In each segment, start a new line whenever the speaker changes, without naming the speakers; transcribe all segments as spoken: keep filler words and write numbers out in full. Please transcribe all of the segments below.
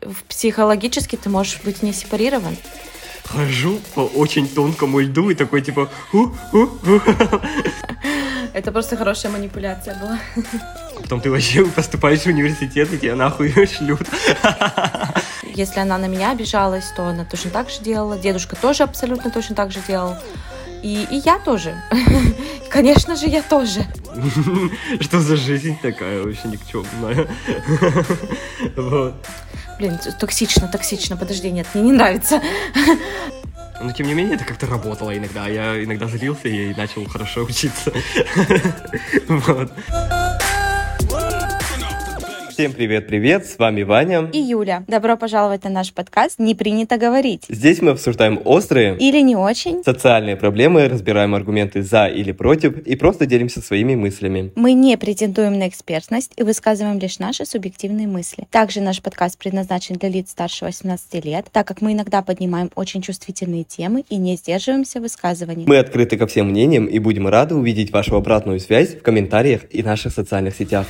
психологически ты можешь быть не сепарирован.
Хожу по очень тонкому льду и такой типа... У-у-у.
Это просто хорошая манипуляция была.
Потом ты вообще поступаешь в университет, и тебя нахуй шлют.
Если она на меня обижалась, то она точно так же делала. Дедушка тоже абсолютно точно так же делал. И, и я тоже. Конечно же, я тоже.
Что за жизнь такая вообще никчемная. Вот.
Блин, токсично, токсично. Подожди, нет, мне не нравится.
Но, тем не менее, это как-то работало иногда. Я иногда злился и начал хорошо учиться. Вот. Всем привет-привет, с вами Ваня
и Юля. Добро пожаловать на наш подкаст «Не принято говорить».
Здесь мы обсуждаем острые
или не очень
социальные проблемы, разбираем аргументы за или против и просто делимся своими мыслями.
Мы не претендуем на экспертность и высказываем лишь наши субъективные мысли. Также наш подкаст предназначен для лиц старше восемнадцати лет, так как мы иногда поднимаем очень чувствительные темы и не сдерживаемся в высказывании.
Мы открыты ко всем мнениям и будем рады увидеть вашу обратную связь в комментариях и наших социальных сетях.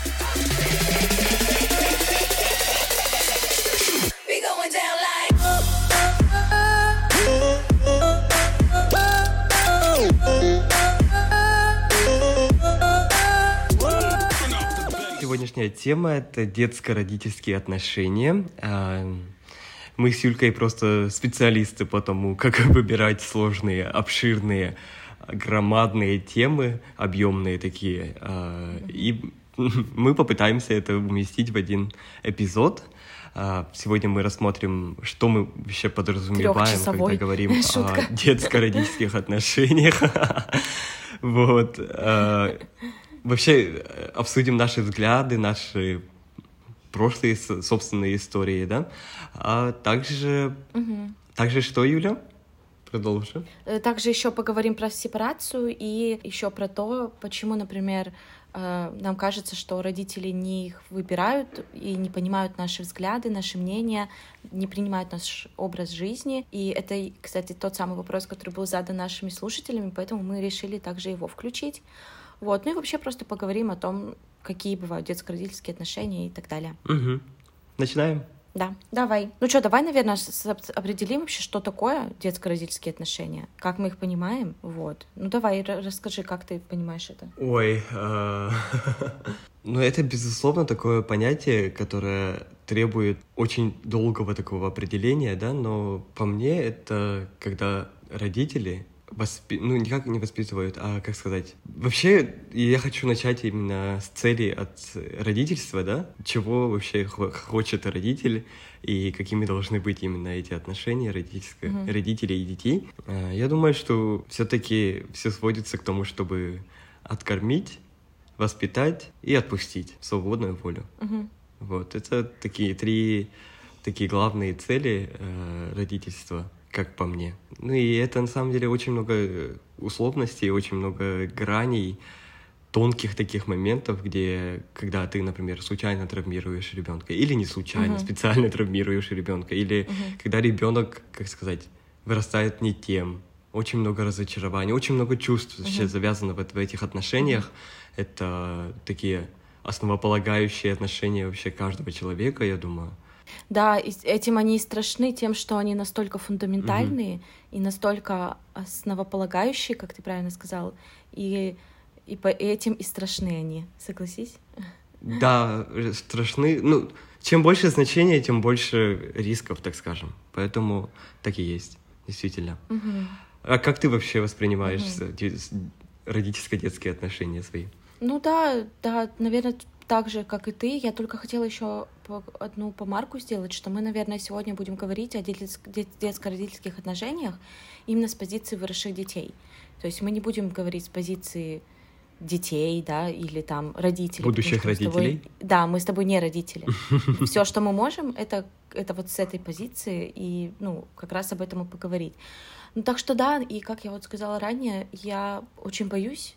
Сегодняшняя тема — это детско-родительские отношения. Мы с Юлькой просто специалисты по тому, как выбирать сложные, обширные, громадные темы, объемные такие. И мы попытаемся это уместить в один эпизод. Сегодня мы рассмотрим, что мы вообще подразумеваем, когда говорим
шутка.
О детско-родительских отношениях. Вот. Вообще обсудим наши взгляды, наши прошлые собственные истории, да? А также...
Угу.
Также что, Юля? Продолжим.
Также еще поговорим про сепарацию и еще про то, почему, например, нам кажется, что родители не их выбирают и не понимают наши взгляды, наши мнения, не принимают наш образ жизни. И это, кстати, тот самый вопрос, который был задан нашими слушателями, поэтому мы решили также его включить. Вот. Ну и вообще просто поговорим о том, какие бывают детско-родительские отношения и так далее.
Угу. Начинаем?
Да, давай. Ну что, давай, наверное, определим вообще, что такое детско-родительские отношения, как мы их понимаем, вот. Ну давай, расскажи, как ты понимаешь это.
Ой, ну это, безусловно, такое понятие, которое требует очень долгого такого определения, да, но по мне это когда родители... Воспи... Ну, никак не воспитывают, а, как сказать... Вообще, я хочу начать именно с цели от родительства, да? Чего вообще хочет родитель и какими должны быть именно эти отношения родительские, uh-huh. родителей и детей. Я думаю, что все-таки все сводится к тому, чтобы откормить, воспитать и отпустить в свободную волю.
Uh-huh.
Вот, это такие три такие главные цели э, родительства, как по мне. Ну и это на самом деле очень много условностей, очень много граней, тонких таких моментов, где, когда ты, например, случайно травмируешь ребенка, или не случайно, uh-huh. специально травмируешь ребенка, или uh-huh. когда ребенок, как сказать, вырастает не тем. Очень много разочарований, очень много чувств uh-huh. вообще завязано в, в этих отношениях. Uh-huh. Это такие основополагающие отношения вообще каждого человека, я думаю.
Да, и этим они и страшны тем, что они настолько фундаментальные mm-hmm. и настолько основополагающие, как ты правильно сказал, и, и по этим и страшны они. Согласись?
Да, страшны. Ну, чем больше значения, тем больше рисков, так скажем. Поэтому так и есть, действительно.
Mm-hmm.
А как ты вообще воспринимаешь
mm-hmm.
родительско-детские отношения свои?
Ну да, да, наверное, так же, как и ты. Я только хотела еще одну помарку сделать, что мы, наверное, сегодня будем говорить о детско-родительских отношениях именно с позиции выросших детей. То есть мы не будем говорить с позиции детей, да, или там родителей.
Будущих родителей?
Тобой... Да, мы с тобой не родители. Все, что мы можем, это, это вот с этой позиции и, ну, как раз об этом и поговорить. Ну, так что да, и как я вот сказала ранее, я очень боюсь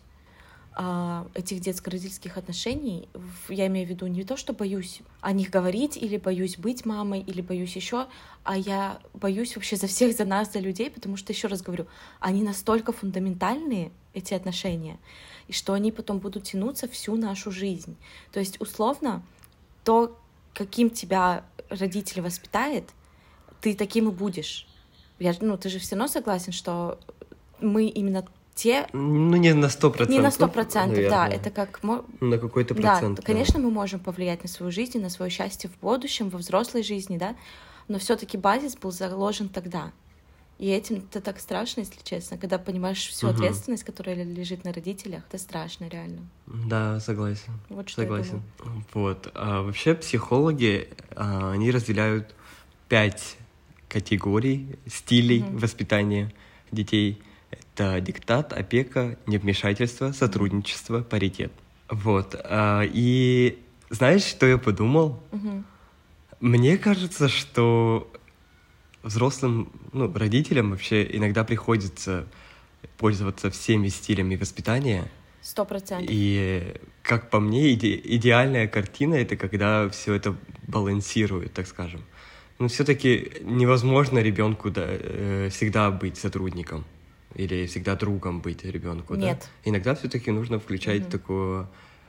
этих детско-родительских отношений. Я имею в виду не то, что боюсь о них говорить, или боюсь быть мамой, или боюсь еще, а я боюсь вообще за всех, за нас, за людей, потому что, еще раз говорю, они настолько фундаментальные, эти отношения, и что они потом будут тянуться всю нашу жизнь. То есть, условно, то, каким тебя родитель воспитает, ты таким и будешь. Я, ну, ты же все равно согласен, что мы именно те...
Ну, не на сто процентов.
Не на сто процентов, да. Это как...
На какой-то процент.
Да, конечно, мы можем повлиять на свою жизнь, на свое счастье в будущем, во взрослой жизни, да, но все-таки базис был заложен тогда. И этим это так страшно, если честно, когда понимаешь всю угу. ответственность, которая лежит на родителях. Это страшно, реально.
Да, согласен.
Вот что
согласен. Вот. А вообще психологи, а, они разделяют пять категорий стилей угу. воспитания детей. Это диктат, опека, невмешательство, сотрудничество, угу. паритет. Вот. А, и знаешь, что я подумал?
Угу.
Мне кажется, что взрослым, ну, родителям вообще иногда приходится пользоваться всеми стилями воспитания.
Сто процентов.
И, как по мне, иде- идеальная картина — это когда все это балансирует, так скажем. Но все-таки невозможно ребенку да, э, всегда быть сотрудником или всегда другом быть ребенку.
Нет.
Да? Иногда все-таки нужно включать
угу.
такого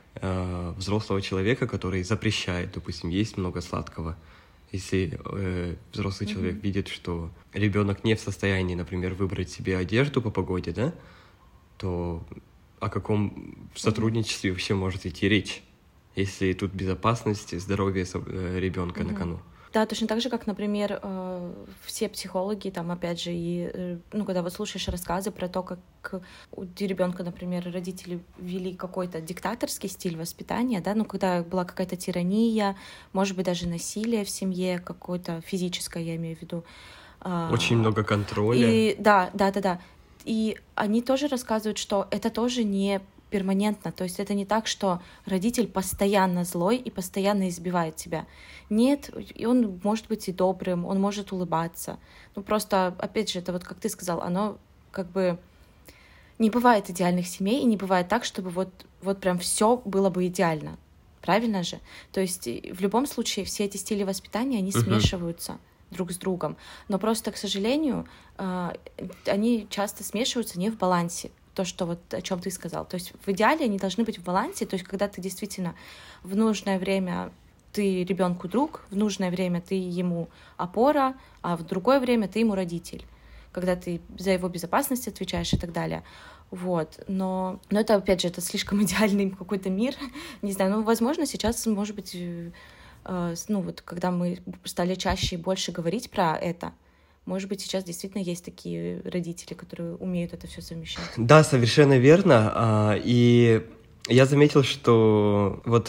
э, взрослого человека, который запрещает, допустим, есть много сладкого. Если э, взрослый mm-hmm. человек видит, что ребенок не в состоянии, например, выбрать себе одежду по погоде, да, то о каком сотрудничестве mm-hmm. вообще может идти речь, если тут безопасность, здоровье э, ребенка mm-hmm. на кону?
Да, точно так же, как, например, э, все психологи, там, опять же, и, э, ну, когда вот слушаешь рассказы про то, как у ребенка, например, родители ввели какой-то диктаторский стиль воспитания, да, ну, когда была какая-то тирания, может быть, даже насилие в семье, какое-то физическое, я имею в виду.
Очень много контроля.
И, да, да, да, да. И они тоже рассказывают, что это тоже не перманентно. То есть это не так, что родитель постоянно злой и постоянно избивает тебя. Нет, и он может быть и добрым, он может улыбаться. Ну просто, опять же, это вот как ты сказал, оно как бы... Не бывает идеальных семей, и не бывает так, чтобы вот, вот прям все было бы идеально. Правильно же? То есть в любом случае все эти стили воспитания, они uh-huh. смешиваются друг с другом. Но просто, к сожалению, они часто смешиваются не в балансе. То, что вот о чем ты сказал. То есть в идеале они должны быть в балансе, то есть когда ты действительно в нужное время ты ребенку друг, в нужное время ты ему опора, а в другое время ты ему родитель, когда ты за его безопасность отвечаешь и так далее. Вот. Но, но это, опять же, это слишком идеальный какой-то мир. Не знаю, ну, возможно, сейчас, может быть, э, ну, вот, когда мы стали чаще и больше говорить про это, может быть, сейчас действительно есть такие родители, которые умеют это все совмещать.
Да, совершенно верно. И я заметил, что вот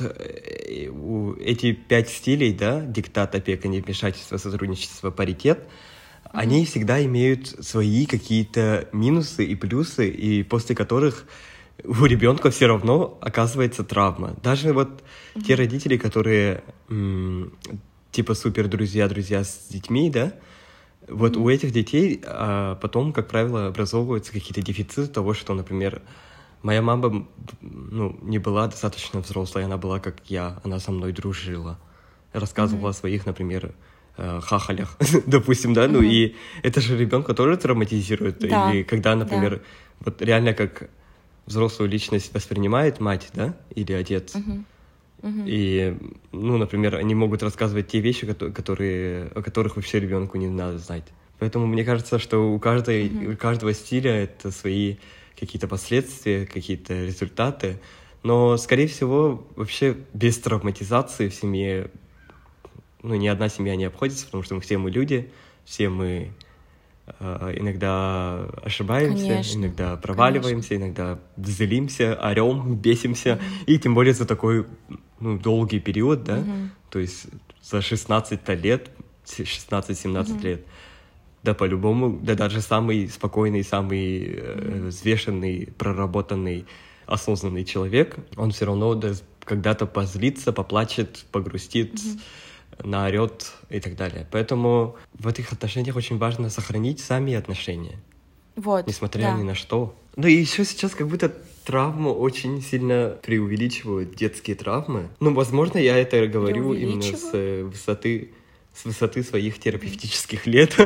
эти пять стилей, да, диктат, опека, невмешательство, сотрудничество, паритет, mm-hmm. они всегда имеют свои какие-то минусы и плюсы, и после которых у ребенка все равно оказывается травма. Даже вот mm-hmm. те родители, которые м- типа супер друзья, друзья с детьми, да, вот mm-hmm. у этих детей а, потом, как правило, образовываются какие-то дефициты того, что, например, моя мама, ну, не была достаточно взрослой, она была как я, она со мной дружила, рассказывала mm-hmm. о своих, например, хахалях, допустим, да, mm-hmm. ну и это же ребенка тоже травматизирует,
да.
и когда, например,
да.
вот реально как взрослую личность воспринимает мать, да, или отец,
mm-hmm. Uh-huh.
И, ну, например, они могут рассказывать те вещи, которые, о которых вообще ребенку не надо знать. Поэтому мне кажется, что у, каждой, uh-huh. у каждого стиля это свои какие-то последствия, какие-то результаты. Но, скорее всего, вообще без травматизации в семье, ну, ни одна семья не обходится, потому что мы все мы люди, все мы э, иногда ошибаемся,
Конечно.
иногда проваливаемся, Конечно. Иногда злимся, орем, бесимся.
Uh-huh.
И тем более за такой... ну, долгий период, да,
uh-huh.
то есть за шестнадцать лет, шестнадцать-семнадцать uh-huh. лет, да, по-любому, да, даже самый спокойный, самый uh-huh. э, взвешенный, проработанный, осознанный человек, он все равно да, когда-то позлится, поплачет, погрустит, uh-huh. наорет и так далее. Поэтому в этих отношениях очень важно сохранить сами отношения,
вот,
несмотря
да.
ни на что. Ну и еще сейчас как будто травму очень сильно преувеличивают, детские травмы. Ну, возможно, я это говорю именно с высоты, с высоты своих терапевтических лет.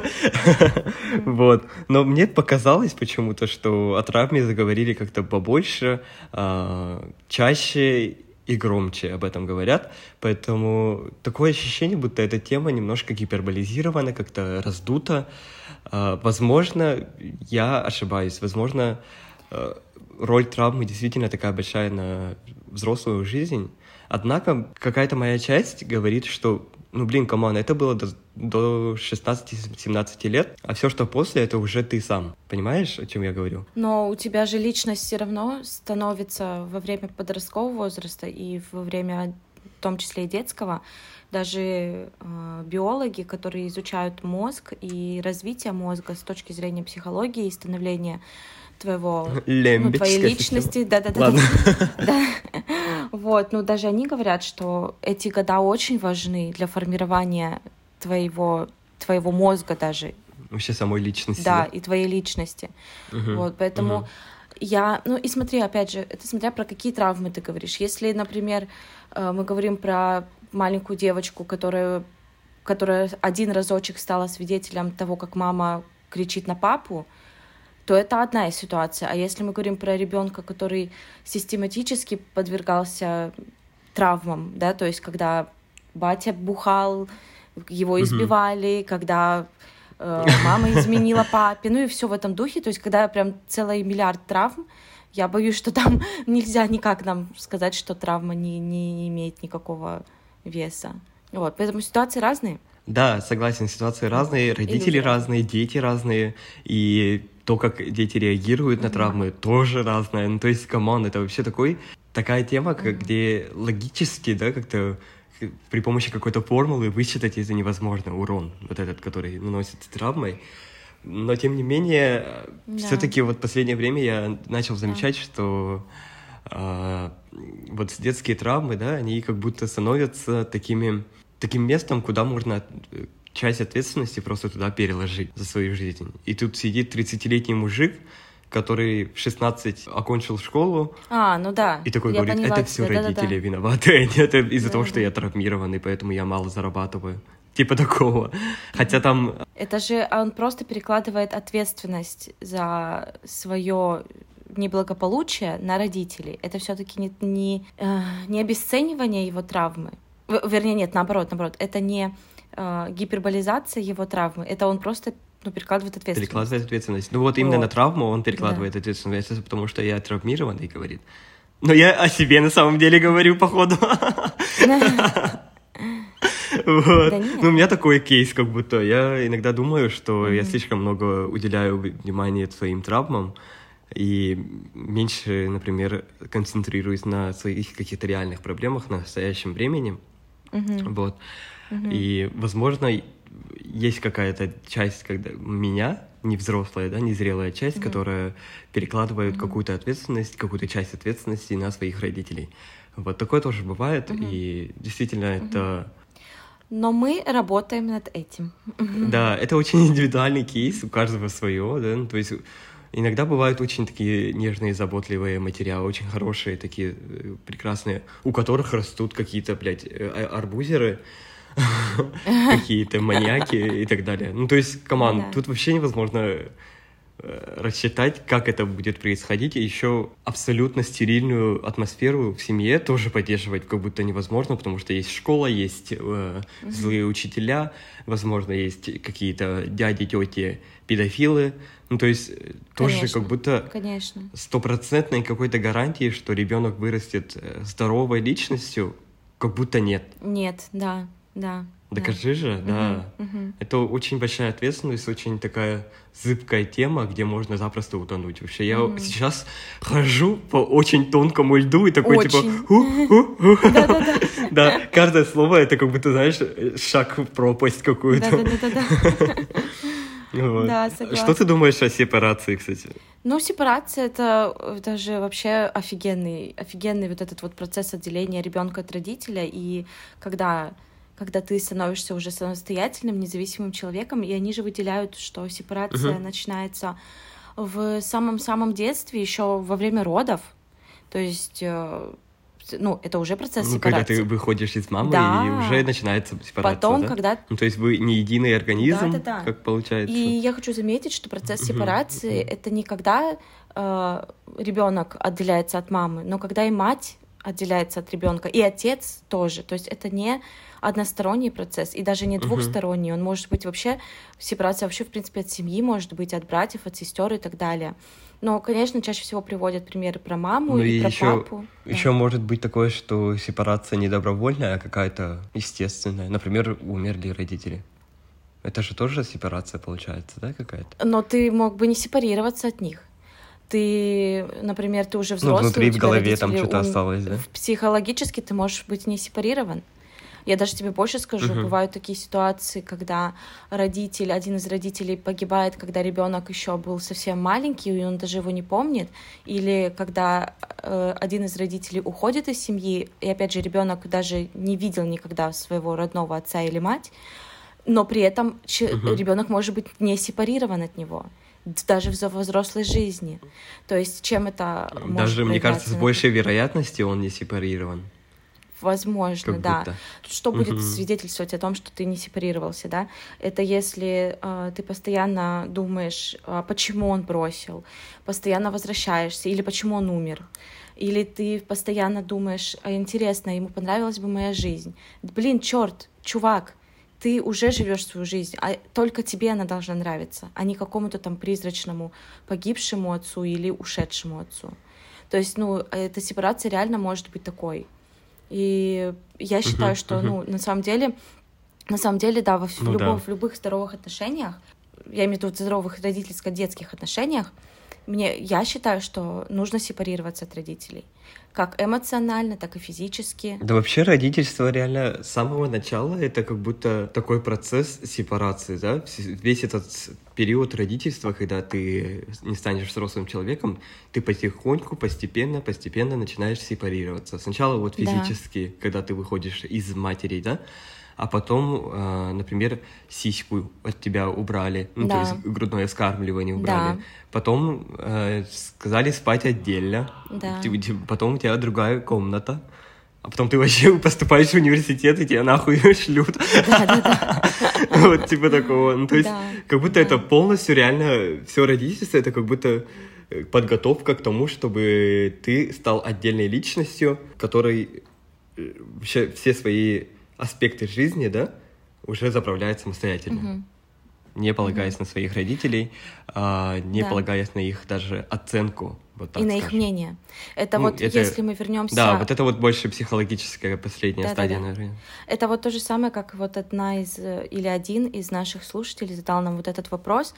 Вот. Но мне показалось почему-то, что о травме заговорили как-то побольше, чаще и громче об этом говорят, поэтому такое ощущение, будто эта тема немножко гиперболизирована, как-то раздута. Возможно, я ошибаюсь, возможно, роль травмы действительно такая большая на взрослую жизнь, однако какая-то моя часть говорит, что ну, блин, камон, это было до, до шестнадцати-семнадцати лет, а все, что после, это уже ты сам. Понимаешь, о чем я говорю?
Но у тебя же личность все равно становится во время подросткового возраста и во время, в том числе и детского. Даже э, биологи, которые изучают мозг и развитие мозга с точки зрения психологии и становления твоего, ну, твоей личности, да-да-да, да. Вот, ну даже они говорят, что эти года очень важны для формирования твоего твоего мозга даже.
Вообще самой личности.
Да, и твоей личности. Uh-huh. Вот, поэтому uh-huh. я, ну и смотри, опять же, это смотря про какие травмы ты говоришь. Если, например, мы говорим про маленькую девочку, которая, которая один разочек стала свидетелем того, как мама кричит на папу, то это одна из ситуаций. А если мы говорим про ребенка, который систематически подвергался травмам, да, то есть когда батя бухал, его избивали, mm-hmm. когда э, мама изменила папе, ну и все в этом духе, то есть когда прям целый миллиард травм, я боюсь, что там нельзя никак нам сказать, что травма не, не имеет никакого веса. Вот, поэтому ситуации разные.
Да, согласен, ситуации разные, родители разные, дети разные, и то, как дети реагируют mm-hmm. на травмы, тоже разное. Ну, то есть, камон, это вообще такой, такая тема, как, mm-hmm. где логически, да, как-то при помощи какой-то формулы высчитать это невозможно, урон, вот этот, который наносится травмой. Но, тем не менее, да. все-таки вот в последнее время я начал замечать, да. что а, вот детские травмы, да, они как будто становятся такими, таким местом, куда можно часть ответственности просто туда переложить за свою жизнь. И тут сидит тридцатилетний мужик, который в шестнадцать окончил школу.
А, ну да.
И такой
я
говорит,
поняла,
это все
да,
родители
да, да.
виноваты, это из-за
да,
того,
да.
что я травмированный, поэтому я мало зарабатываю. Типа такого. Хотя там...
Это же он просто перекладывает ответственность за свое неблагополучие на родителей. Это все-таки не, не, не обесценивание его травмы. Вернее, нет, наоборот, наоборот. Это не гиперболизация его травмы. Это он просто ну, перекладывает ответственность.
Перекладывает ответственность. Ну вот, вот. Именно на травму он перекладывает да. ответственность, потому что я травмированный, говорит. Но я о себе на самом деле говорю, походу. Вот. Да ну, у меня такой кейс, как будто. Я иногда думаю, что mm-hmm. я слишком много уделяю внимания своим травмам и меньше, например, концентрируюсь на своих каких-то реальных проблемах на настоящем времени. Mm-hmm. Вот. Mm-hmm. И, возможно, есть какая-то часть, когда меня, не взрослая, да, не зрелая часть, mm-hmm. которая перекладывает mm-hmm. какую-то ответственность, какую-то часть ответственности на своих родителей. Вот такое тоже бывает, mm-hmm. и действительно mm-hmm. это...
Но мы работаем над этим.
Да, это очень индивидуальный кейс, у каждого свое, да, то есть иногда бывают очень такие нежные, заботливые материалы, очень хорошие, такие прекрасные, у которых растут какие-то, блядь, арбузеры, какие-то маньяки и так далее. Ну, то есть, камон, тут вообще невозможно рассчитать, как это будет происходить, и еще абсолютно стерильную атмосферу в семье тоже поддерживать как будто невозможно, потому что есть школа, есть э, mm-hmm. злые учителя, возможно, есть какие-то дяди, тети, педофилы. Ну, то есть тоже
конечно,
как будто стопроцентной какой-то гарантии, что ребенок вырастет здоровой личностью, как будто нет.
Нет, да, да.
Докажи
да.
же, да.
Uh-huh, uh-huh. Это
очень большая ответственность, очень такая зыбкая тема, где можно запросто утонуть. Вообще, я uh-huh. сейчас хожу по очень тонкому льду и такой очень. типа... Да, каждое слово — это как будто, знаешь, шаг в пропасть какую-то.
Да-да-да.
Вот.
Да, согласна.
Что ты думаешь о сепарации, кстати?
Ну, сепарация это, это же вообще офигенный, офигенный вот этот вот процесс отделения ребенка от родителя. И когда, когда ты становишься уже самостоятельным, независимым человеком, и они же выделяют, что сепарация uh-huh. начинается в самом-самом детстве, еще во время родов. То есть... Ну, это уже процесс
ну,
сепарации.
Когда ты выходишь из мамы, да. и уже начинается сепарация,
Потом,
да?
когда...
Ну, то есть вы не единый организм,
да, да, да.
как получается.
И я хочу заметить, что процесс сепарации uh-huh. — это не когда э, ребенок отделяется от мамы, но когда и мать отделяется от ребенка, и отец тоже. То есть это не односторонний процесс, и даже не двухсторонний. Он может быть вообще, сепарация вообще, в принципе, от семьи, может быть, от братьев, от сестер и так далее. Но, конечно, чаще всего приводят примеры про маму ну и, и про еще, папу.
Еще да. может быть такое, что сепарация не добровольная, а какая-то естественная. Например, умерли родители. Это же тоже сепарация получается, да, какая-то?
Но ты мог бы не сепарироваться от них. Ты, например, ты уже взрослый,
ну, внутри
у тебя
в голове
родители,
там что-то
ум...
осталось, да?
Психологически ты можешь быть не сепарирован. Я даже тебе больше скажу, uh-huh. бывают такие ситуации, когда родитель, один из родителей погибает, когда ребенок еще был совсем маленький, и он даже его не помнит, или когда э, один из родителей уходит из семьи, и опять же ребенок даже не видел никогда своего родного отца или мать, но при этом uh-huh. ребенок может быть не сепарирован от него. Даже в взрослой жизни. То есть чем это может
Даже, мне кажется, с большей вероятностью он не сепарирован.
Возможно,
как
да.
Будто.
Что будет
uh-huh.
свидетельствовать о том, что ты не сепарировался, да? Это если э, ты постоянно думаешь, э, почему он бросил, постоянно возвращаешься, или почему он умер. Или ты постоянно думаешь, а интересно, ему понравилась бы моя жизнь. Блин, черт, чувак, ты уже живешь свою жизнь, а только тебе она должна нравиться, а не какому-то там призрачному погибшему отцу или ушедшему отцу. То есть, ну, эта сепарация реально может быть такой. И я считаю, uh-huh, что, uh-huh. ну, на самом деле, на самом деле, да, в, ну, любом, да. в любых здоровых отношениях, я имею в виду в здоровых родительско-детских отношениях, мне, я считаю, что нужно сепарироваться от родителей. Как эмоционально, так и физически.
Да вообще родительство реально с самого начала это как будто такой процесс сепарации, да? Весь этот период родительства, когда ты не станешь взрослым человеком, ты потихоньку, постепенно, постепенно начинаешь сепарироваться. Сначала вот физически, да. когда ты выходишь из матери, да? А потом, э, например, сиську от тебя убрали, ну, да. то есть грудное вскармливание убрали. Да. Потом э, сказали спать отдельно, да. потом у тебя другая комната, а потом ты вообще поступаешь в университет, и тебя нахуй шлют.
Да-да-да.
Вот типа такого. Ну, то есть как будто это полностью реально, все родительство, это как будто подготовка к тому, чтобы ты стал отдельной личностью, которой вообще все свои аспекты жизни, да, уже заправляет самостоятельно, uh-huh. не полагаясь uh-huh. на своих родителей, а, не да. полагаясь на их даже оценку. Вот так
и на
скажем.
их мнение. Это
ну,
вот
это,
если мы вернемся.
Да, вот это вот больше психологическая последняя
да,
стадия,
да, да.
наверное.
Это вот то же самое, как вот одна из или один из наших слушателей задал нам вот этот вопрос.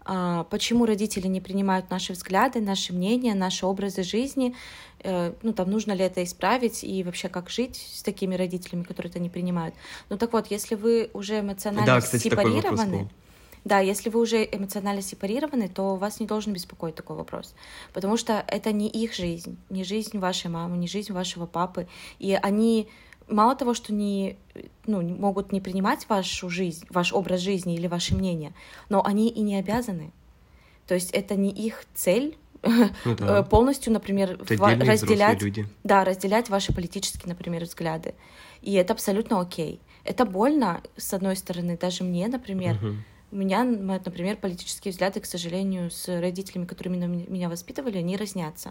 Почему родители не принимают наши взгляды, наши мнения, наши образы жизни, ну, там, нужно ли это исправить и вообще как жить с такими родителями, которые это не принимают. Ну, так вот, если вы уже эмоционально
да, кстати,
сепарированы, да, если вы уже эмоционально сепарированы, то вас не должен беспокоить такой вопрос, потому что это не их жизнь, не жизнь вашей мамы, не жизнь вашего папы, и они мало того, что не, ну, могут не принимать вашу жизнь, ваш образ жизни или ваше мнение, но они и не обязаны. То есть это не их цель ну, да. полностью, например, в... разделять, да, разделять ваши политические, например, взгляды. И это абсолютно окей. Это больно, с одной стороны, даже мне, например. Uh-huh. У меня, например, политические взгляды, к сожалению, с родителями, которыми меня воспитывали, они разнятся.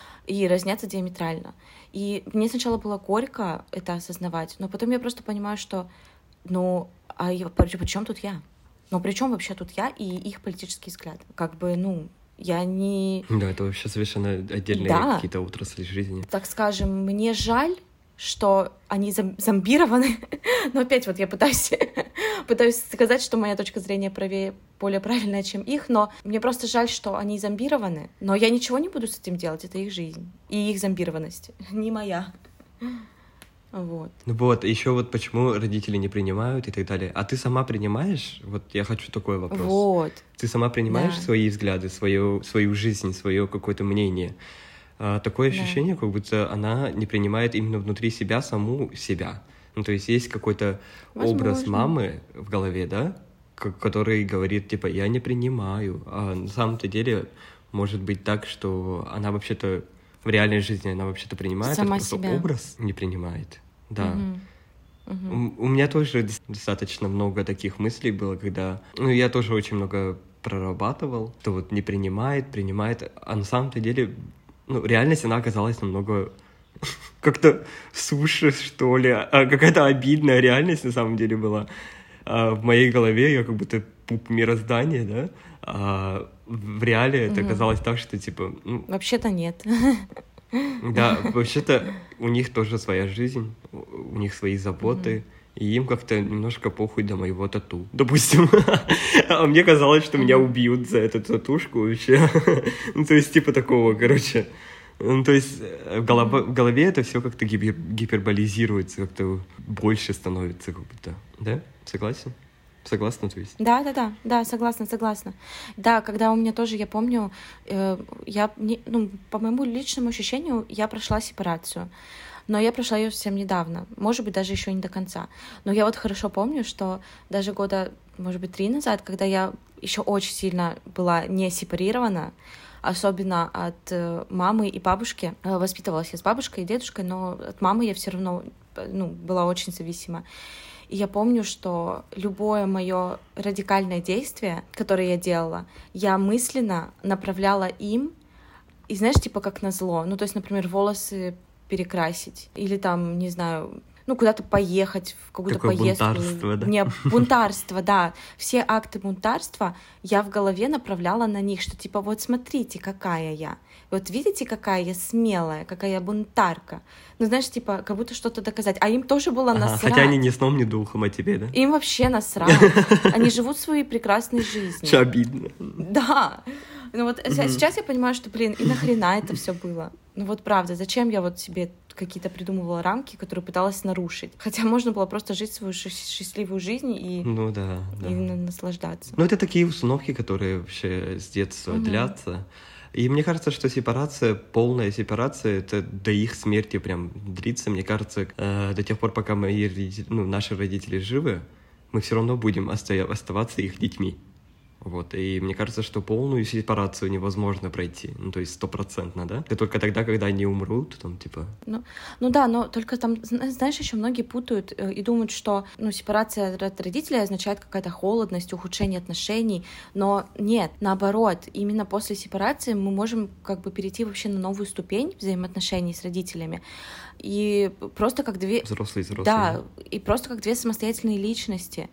И разнятся диаметрально. И мне сначала было горько это осознавать, но потом я просто понимаю, что, ну, а я, при чем тут я? Ну, при чем вообще тут я и их политический взгляд? Как бы, ну, я не...
Да, это вообще совершенно отдельные да. какие-то отрасли жизни.
Так скажем, мне жаль, что они зомбированы, но опять вот я пытаюсь, пытаюсь сказать, что моя точка зрения правее, более правильная, чем их, но мне просто жаль, что они зомбированы, но я ничего не буду с этим делать, это их жизнь и их зомбированность, не моя. Вот.
Ну вот, еще вот почему родители не принимают и так далее. А ты сама принимаешь? Вот я хочу такой вопрос.
Вот.
Ты сама принимаешь да. свои взгляды, свою, свою жизнь, свое какое-то мнение? А, такое ощущение, да. как будто она не принимает именно внутри себя саму себя. Ну, то есть есть какой-то Возможно. образ мамы в голове, да, который говорит, типа, я не принимаю. А на самом-то деле может быть так, что она вообще-то в реальной жизни она вообще-то принимает,
сама
а просто
себя.
образ не принимает. Да.
Угу. Угу.
У, у меня тоже достаточно много таких мыслей было, когда... Ну, я тоже очень много прорабатывал, что вот не принимает, принимает, а на самом-то деле... Ну, реальность, она оказалась намного как-то суши, что ли, а какая-то обидная реальность на самом деле была. А в моей голове я как будто пуп мироздания, да, а в реале это
Мгм.
оказалось так, что типа, ну,
Вообще-то нет.
да, вообще-то у них тоже своя жизнь, у у них свои заботы, и им как-то немножко похуй до моего тату, допустим. А мне казалось, что меня
Мгм.
убьют за эту татушку вообще. Ну, то есть, типа такого, короче. Ну, то есть, э, в голова-
Мгм.
в голове это все как-то гипер- гиперболизируется, как-то больше становится, как будто. Да? Согласен? Согласна, то есть?
Да, да, да, да, согласна, согласна. Да, когда у меня тоже, я помню, э, я, не- ну, по моему личному ощущению, я прошла сепарацию, но я прошла ее совсем недавно, может быть, даже еще не до конца. Но я вот хорошо помню, что даже года, может быть, три назад, когда я еще очень сильно была не сепарирована, особенно от э, мамы и бабушки. Э, Воспитывалась я с бабушкой и дедушкой, но от мамы я все равно э, ну, была очень зависима. И я помню, что любое мое радикальное действие, которое я делала, я мысленно направляла им, и знаешь, типа как назло. Ну, то есть, например, волосы перекрасить, или там, не знаю, ну, куда-то поехать, в какую-то
Такое
поездку.
бунтарство, да?
Не, бунтарство, да. Все акты бунтарства я в голове направляла на них, что типа вот смотрите, какая я. Вот видите, какая я смелая, какая я бунтарка. Ну, знаешь, типа, как будто что-то доказать. А им тоже было
Ага,
насрать.
хотя они ни сном, ни духом о тебе, да?
Им вообще насрать. Они живут своей прекрасной жизнью.
Что обидно.
Да. Ну вот с-
Мгм.
сейчас я понимаю, что, блин, и нахрена это все было? Ну вот правда, зачем я вот себе какие-то придумывала рамки, которые пыталась нарушить? Хотя можно было просто жить свою ши- счастливую жизнь и,
Ну да, да.
и на- наслаждаться.
Ну, это такие установки, которые вообще с детства
Мгм.
длятся. И мне кажется, что сепарация, полная сепарация, это до их смерти прям длится. Мне кажется, э, до тех пор, пока мои родители, ну, наши родители живы, мы все равно будем оста- оставаться их детьми. Вот, и мне кажется, что полную сепарацию невозможно пройти, ну, то есть стопроцентно, да? И только тогда, когда они умрут, там, типа...
Ну, ну да, но только там, зна- знаешь, еще многие путают э, и думают, что ну, сепарация от родителей означает какая-то холодность, ухудшение отношений, но нет, наоборот, именно после сепарации мы можем как бы перейти вообще на новую ступень взаимоотношений с родителями, и просто как две...
Взрослые, взрослые.
Да, и просто как две самостоятельные личности.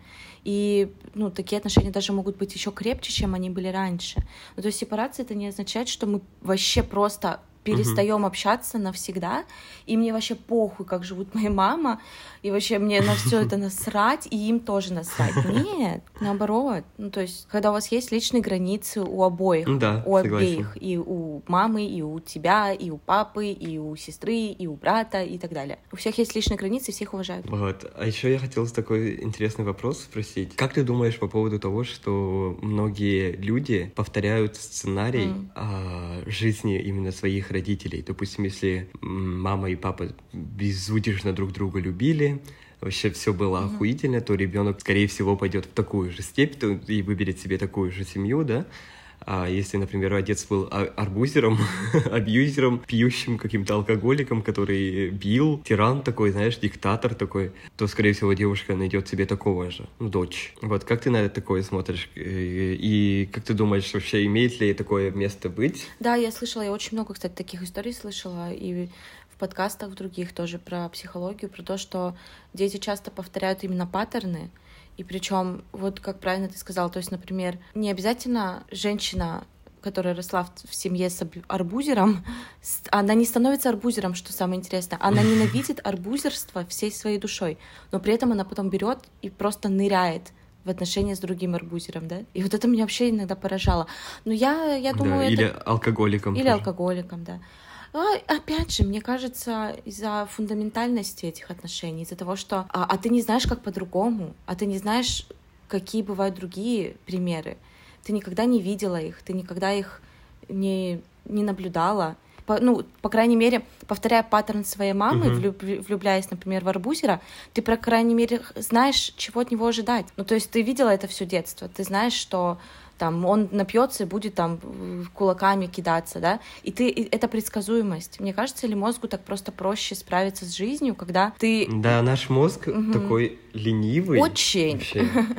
И ну, такие отношения даже могут быть еще крепче, чем они были раньше. Ну, то есть сепарация — это не означает, что мы вообще просто перестаем общаться навсегда, и мне вообще похуй, как живут моя мама, и вообще мне на все это насрать, и им тоже насрать. Нет, наоборот. Ну, то есть, когда у вас есть личные границы у обоих,
Ну да,
у
согласен.
обеих, и у мамы, и у тебя, и у папы, и у сестры, и у брата, и так далее. У всех есть личные границы, всех уважают.
Вот. А еще я хотел такой интересный вопрос спросить. Как ты думаешь по поводу того, что многие люди повторяют сценарий
Mm.
а, жизни именно своих родителей? Допустим, если м, мама и папа безудержно друг друга любили, вообще все было
Мгм.
охуительно, то ребенок, скорее всего, пойдет в такую же степь то- и выберет себе такую же семью, да? А если, например, отец был а- арбузером, абьюзером, пьющим каким-то алкоголиком, который бил, тиран такой, знаешь, диктатор такой, то, скорее всего, девушка найдет себе такого же, ну, дочь. Вот как ты на это такое смотришь? И, и как ты думаешь, вообще имеет ли такое место быть?
Да, я слышала, я очень много, кстати, таких историй слышала, и в подкастах в других тоже про психологию, про то, что дети часто повторяют именно паттерны, и причем, вот как правильно ты сказал, то есть, например, не обязательно женщина, которая росла в, в семье с аб- арбузером, с- она не становится арбузером, что самое интересное, она ненавидит арбузерство всей своей душой, но при этом она потом берет и просто ныряет в отношения с другим арбузером, да? И вот это меня вообще иногда поражало. Но я, я думаю,
Да,
это...
или алкоголиком.
Или
тоже.
алкоголиком, да. А, опять же, мне кажется, из-за фундаментальности этих отношений, из-за того, что а, а ты не знаешь, как по-другому, а ты не знаешь, какие бывают другие примеры. Ты никогда не видела их, ты никогда их не, не наблюдала. По, ну, по крайней мере, повторяя паттерн своей мамы,
Мгм.
влюб- влюбляясь, например, в арбузера, ты, по крайней мере, знаешь, чего от него ожидать. Ну, то есть ты видела это все детство, ты знаешь, что там он напьется и будет там э, кулаками кидаться, да, и ты и это предсказуемость. Мне кажется, ли мозгу так просто проще справиться с жизнью, когда ты
Да, наш мозг
Мгм.
такой ленивый.
очень
Вообще.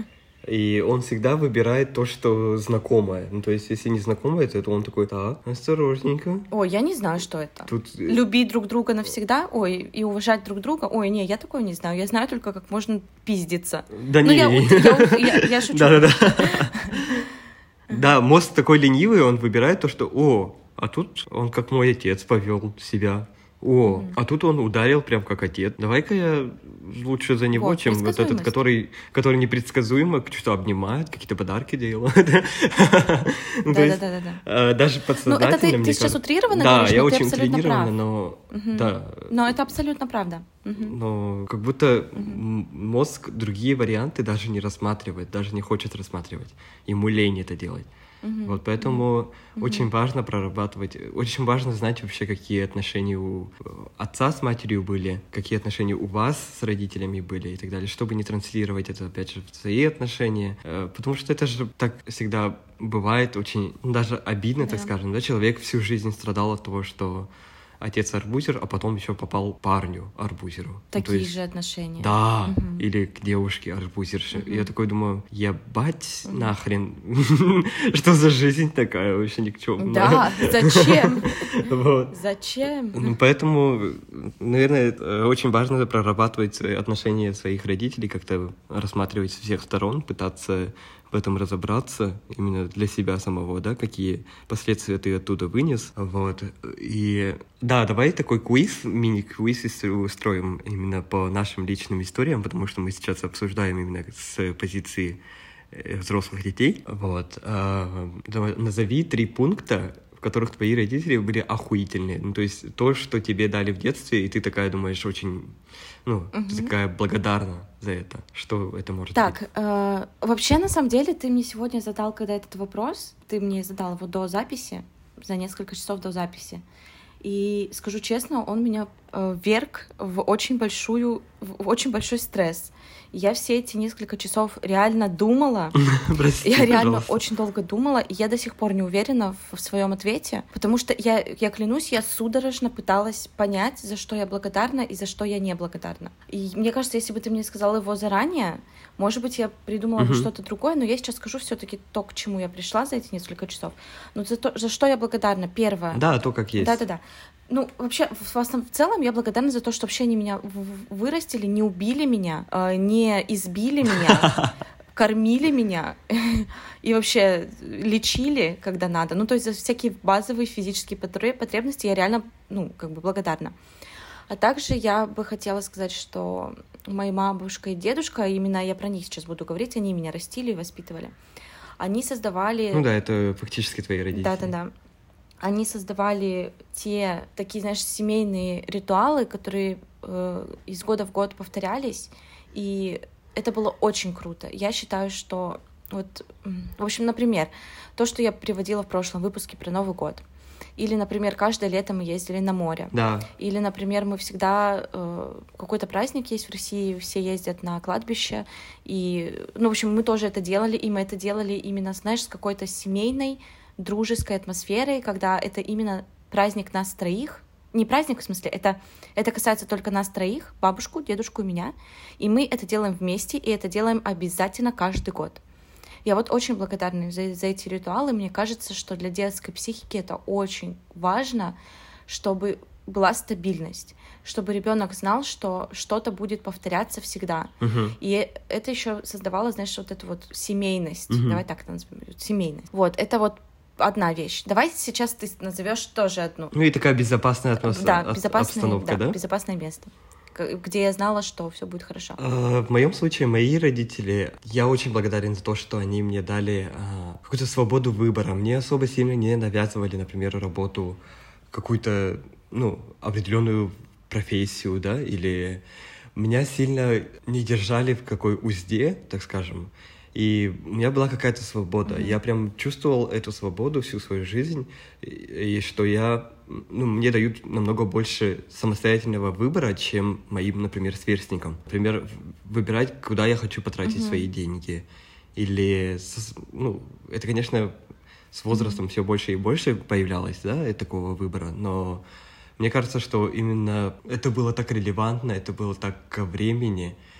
И он всегда выбирает то, что знакомое. Ну, то есть, если не знакомое, то он такой, так, осторожненько.
Ой, я не знаю, что это.
Тут...
Любить друг друга навсегда, ой, и уважать друг друга. Ой, не, я такое не знаю. Я знаю только, как можно пиздиться.
Да
ну,
не,
я,
не.
Я, я, я, я шучу.
Да-да-да. Да, мозг такой ленивый, он выбирает то, что, о, а тут он как мой отец повел себя. О, mm-hmm. а тут он ударил прям как отец. Давай-ка я лучше за него, вот, чем вот этот, который, который непредсказуемо что-то обнимает, какие-то подарки делает.
Да-да-да.
Даже подсознательно, мне
кажется... Ты сейчас утрированно
да,
говоришь,
я
но
очень
ты абсолютно
утрированно,
прав.
но...
Угу.
Да.
Но это абсолютно правда. Угу.
Но как будто угу. мозг другие варианты даже не рассматривает, даже не хочет рассматривать. Ему лень это делать. Uh-huh. Вот поэтому uh-huh. очень важно прорабатывать, очень важно знать вообще, какие отношения у отца с матерью были, какие отношения у вас с родителями были и так далее, чтобы не транслировать это, опять же, в свои отношения, потому что это же так всегда бывает очень, даже обидно, yeah. так скажем, да, человек всю жизнь страдал от того, что отец арбузер, а потом еще попал парню арбузеру.
Такие
ну, есть,
же отношения.
Да,
угу.
или к девушке арбузерше.
Угу.
Я такой думаю, ебать угу. нахрен, что за жизнь такая вообще никчемная.
Да, зачем?
Вот.
Зачем?
Ну, поэтому, наверное, очень важно прорабатывать отношения своих родителей, как-то рассматривать с всех сторон, пытаться в этом разобраться именно для себя самого, да, какие последствия ты оттуда вынес, вот, и да, давай такой квиз, мини-квиз устроим именно по нашим личным историям, потому что мы сейчас обсуждаем именно с позиции взрослых детей, вот, а, назови три пункта, в которых твои родители были охуительные, ну, то есть то, что тебе дали в детстве, и ты такая думаешь очень... Ну, угу. ты такая благодарна за это. Что это может
так,
быть?
Так, э, вообще, на самом деле, ты мне сегодня задал, когда этот вопрос, ты мне задал его до записи, за несколько часов до записи. И скажу честно, он меня э, вверг в очень большую, в очень большой стресс. Я все эти несколько часов реально думала.
Прости,
я реально
пожалуйста.
очень долго думала, и я до сих пор не уверена в, в своем ответе, потому что я, я клянусь, я судорожно пыталась понять, за что я благодарна и за что я не благодарна. И мне кажется, если бы ты мне сказала его заранее, может быть, я придумала бы uh-huh. что-то другое, но я сейчас скажу все-таки то, к чему я пришла за эти несколько часов. Но за, то, за что я благодарна? Первое.
Да, то, как есть.
Да-да-да. Ну, вообще, в, основном, в целом я благодарна за то, что вообще они меня вырастили, не убили меня, не избили меня, кормили меня и вообще лечили, когда надо. Ну, то есть за всякие базовые физические потребности я реально, ну, как бы благодарна. А также я бы хотела сказать, что моя бабушка и дедушка, именно я про них сейчас буду говорить, они меня растили и воспитывали. Они создавали...
Ну да, это фактически твои родители.
Да-да-да. Они создавали те такие, знаешь, семейные ритуалы, которые э, из года в год повторялись, и это было очень круто. Я считаю, что вот, в общем, например, то, что я приводила в прошлом выпуске про Новый год, или, например, каждое лето мы ездили на море,
да.
Или, например, мы всегда э, какой-то праздник есть в России, все ездят на кладбище, и, ну, в общем, мы тоже это делали, и мы это делали именно, знаешь, с какой-то семейной дружеской атмосферой, когда это именно праздник нас троих. Не праздник, в смысле, это, это касается только нас троих, бабушку, дедушку и меня. И мы это делаем вместе, и это делаем обязательно каждый год. Я вот очень благодарна за, за эти ритуалы. Мне кажется, что для детской психики это очень важно, чтобы была стабильность, чтобы ребенок знал, что что-то будет повторяться всегда. Uh-huh. И это еще создавало, знаешь, вот эту вот семейность. Uh-huh. Давай так это назовем. Семейность. Вот, это вот одна вещь. Давай сейчас ты назовешь тоже одну.
Ну и такая безопасная атмосфера.
Да, безопасная,
обстановка,
да,
да?
безопасное место, где я знала, что все будет хорошо.
В моем случае мои родители, я очень благодарен за то, что они мне дали какую-то свободу выбора. Мне особо сильно не навязывали, например, работу, какую-то, ну, определенную профессию, да, или меня сильно не держали в какой узде, так скажем. И у меня была какая-то свобода. Mm-hmm. Я прям чувствовал эту свободу всю свою жизнь, и, и что я, ну, мне дают намного больше самостоятельного выбора, чем моим, например, сверстникам. Например, выбирать, куда я хочу потратить mm-hmm. свои деньги. Или, ну, это, конечно, с возрастом mm-hmm. все больше и больше появлялось, да, такого выбора, но мне кажется, что именно это было так релевантно, это было так ко времени.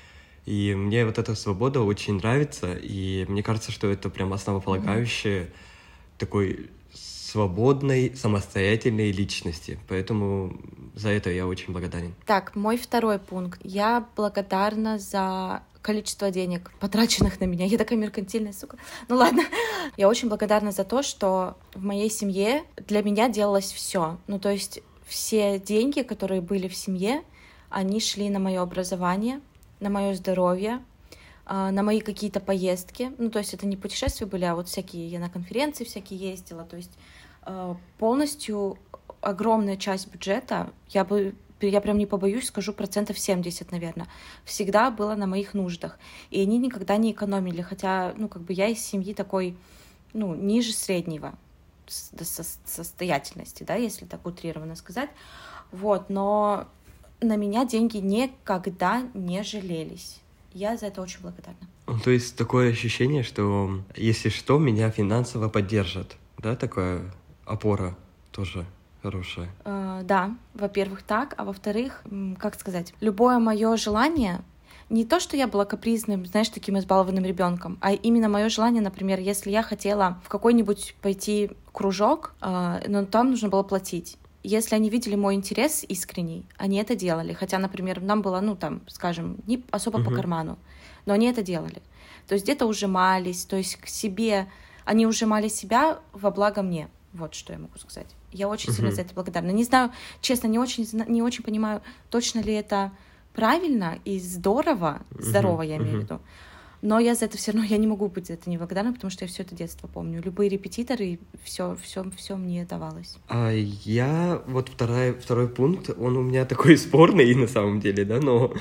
И мне вот эта свобода очень нравится, и мне кажется, что это прям основополагающее mm-hmm. такой свободной, самостоятельной личности. Поэтому за это я очень благодарен.
Так, мой второй пункт. Я благодарна за количество денег, потраченных на меня. Я такая меркантильная, сука. Ну ладно. Я очень благодарна за то, что в моей семье для меня делалось все. Ну, то есть все деньги, которые были в семье, они шли на мое образование, на мое здоровье, на мои какие-то поездки. Ну, то есть это не путешествия были, а вот всякие, я на конференции всякие ездила. То есть полностью огромная часть бюджета, я бы, я прям не побоюсь, скажу процентов семьдесят, наверное, всегда была на моих нуждах. И они никогда не экономили, хотя, ну, как бы я из семьи такой, ну, ниже среднего состоятельности, да, если так утрированно сказать. Вот, но на меня деньги никогда не жалелись. Я за это очень благодарна.
То есть такое ощущение, что если что, меня финансово поддержат, да, такая опора тоже хорошая.
Э, да, во-первых, так, а во-вторых, как сказать, любое мое желание, не то, что я была капризным, знаешь, таким избалованным ребенком, а именно мое желание, например, если я хотела в какой-нибудь пойти кружок, э, но там нужно было платить. Если они видели мой интерес искренний, они это делали. Хотя, например, нам было, ну, там, скажем, не особо uh-huh. по карману, но они это делали. То есть где-то ужимались, то есть к себе, они ужимали себя во благо мне. Вот что я могу сказать. Я очень uh-huh. сильно за это благодарна. Не знаю, честно, не очень, не очень понимаю, точно ли это правильно и здорово, здорово uh-huh. я имею в виду. Но я за это все равно, я не могу быть за это неблагодарна, потому что я все это детство помню. Любые репетиторы, все, все, все мне давалось.
А я, вот второй, второй пункт, он у меня такой спорный на самом деле, да, но,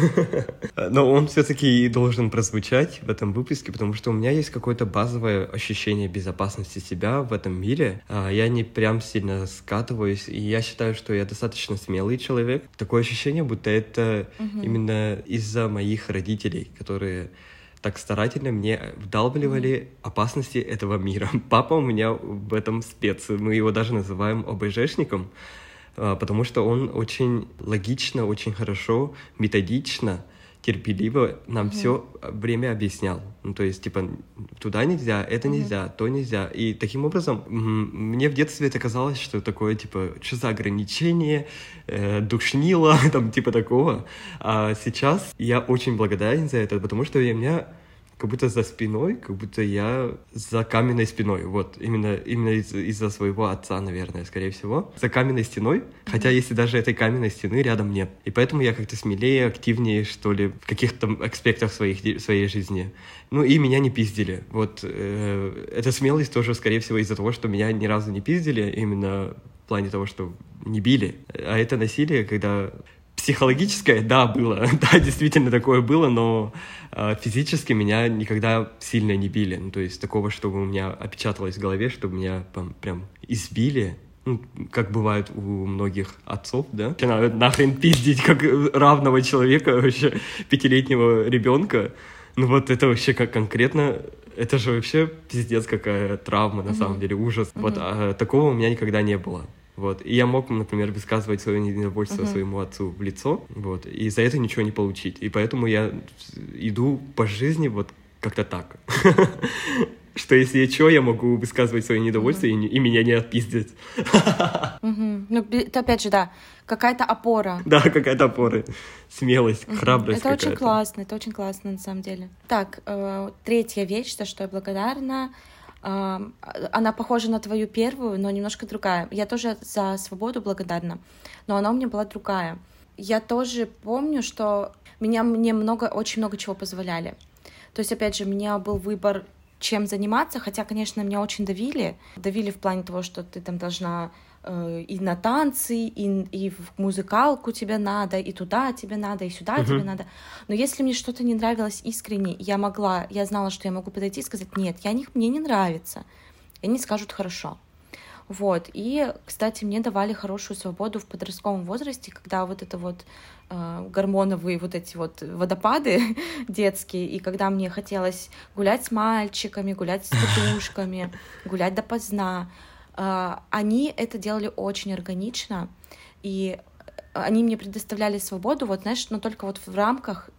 но он все-таки должен прозвучать в этом выпуске, потому что у меня есть какое-то базовое ощущение безопасности себя в этом мире. Я не прям сильно скатываюсь, и я считаю, что я достаточно смелый человек. Такое ощущение, будто это угу. именно из-за моих родителей, которые так старательно мне вдалбливали mm-hmm. опасности этого мира. Папа у меня в этом спец. Мы его даже называем ОБЖшником, потому что он очень логично, очень хорошо, методично, терпеливо нам mm-hmm. все время объяснял. Ну, то есть, типа, туда нельзя, это mm-hmm. нельзя, то нельзя. И таким образом, мне в детстве это казалось, что такое, типа, что за ограничение, э, душнило, там, типа такого. А сейчас я очень благодарен за это, потому что у меня как будто за спиной, как будто я за каменной спиной. Вот, именно, именно из- из-за своего отца, наверное, скорее всего. За каменной стеной, mm-hmm. хотя если даже этой каменной стены рядом нет. И поэтому я как-то смелее, активнее, что ли, в каких-то аспектах своих, своей жизни. Ну, и меня не пиздили. Вот, э, эта смелость тоже, скорее всего, из-за того, что меня ни разу не пиздили, именно в плане того, что не били. А это насилие, когда... Психологическое, да, было. Да, действительно такое было, но э, физически меня никогда сильно не били. Ну, то есть такого, чтобы у меня опечаталось в голове, чтобы меня прям, прям избили. Ну, как бывает у многих отцов, да? Надо нахрен пиздить как равного человека, вообще пятилетнего ребенка. Ну вот это вообще как конкретно... Это же вообще пиздец какая травма, на mm-hmm. самом деле, ужас. Mm-hmm. Вот а, такого у меня никогда не было. Вот. И я мог, например, высказывать свое недовольство uh-huh. своему отцу в лицо, вот, и за это ничего не получить. И поэтому я иду по жизни вот как-то так. Что если я что, я могу высказывать свое недовольство, uh-huh. и, и меня не отпиздят.
uh-huh. Ну, это опять же, да, какая-то опора.
Да, какая-то опора. Смелость, uh-huh. храбрость
это
какая-то.
Это очень классно, это очень классно на самом деле. Так, э, третья вещь, за что я благодарна. Uh, она похожа на твою первую, но немножко другая. Я тоже за свободу благодарна, но она у меня была другая. Я тоже помню, что меня мне много, очень много чего позволяли. То есть, опять же, у меня был выбор, чем заниматься, хотя, конечно, меня очень давили. Давили в плане того, что ты там должна э, и на танцы, и, и в музыкалку тебе надо, и туда тебе надо, и сюда uh-huh. тебе надо. Но если мне что-то не нравилось искренне, я могла, я знала, что я могу подойти и сказать: нет, я не, мне не нравится. И они скажут: хорошо. Вот. И, кстати, мне давали хорошую свободу в подростковом возрасте, когда вот это вот э, гормоновые вот эти вот водопады детские, и когда мне хотелось гулять с мальчиками, гулять с подружками, гулять допоздна, э, они это делали очень органично, и они мне предоставляли свободу, вот, знаешь, но только вот в рамках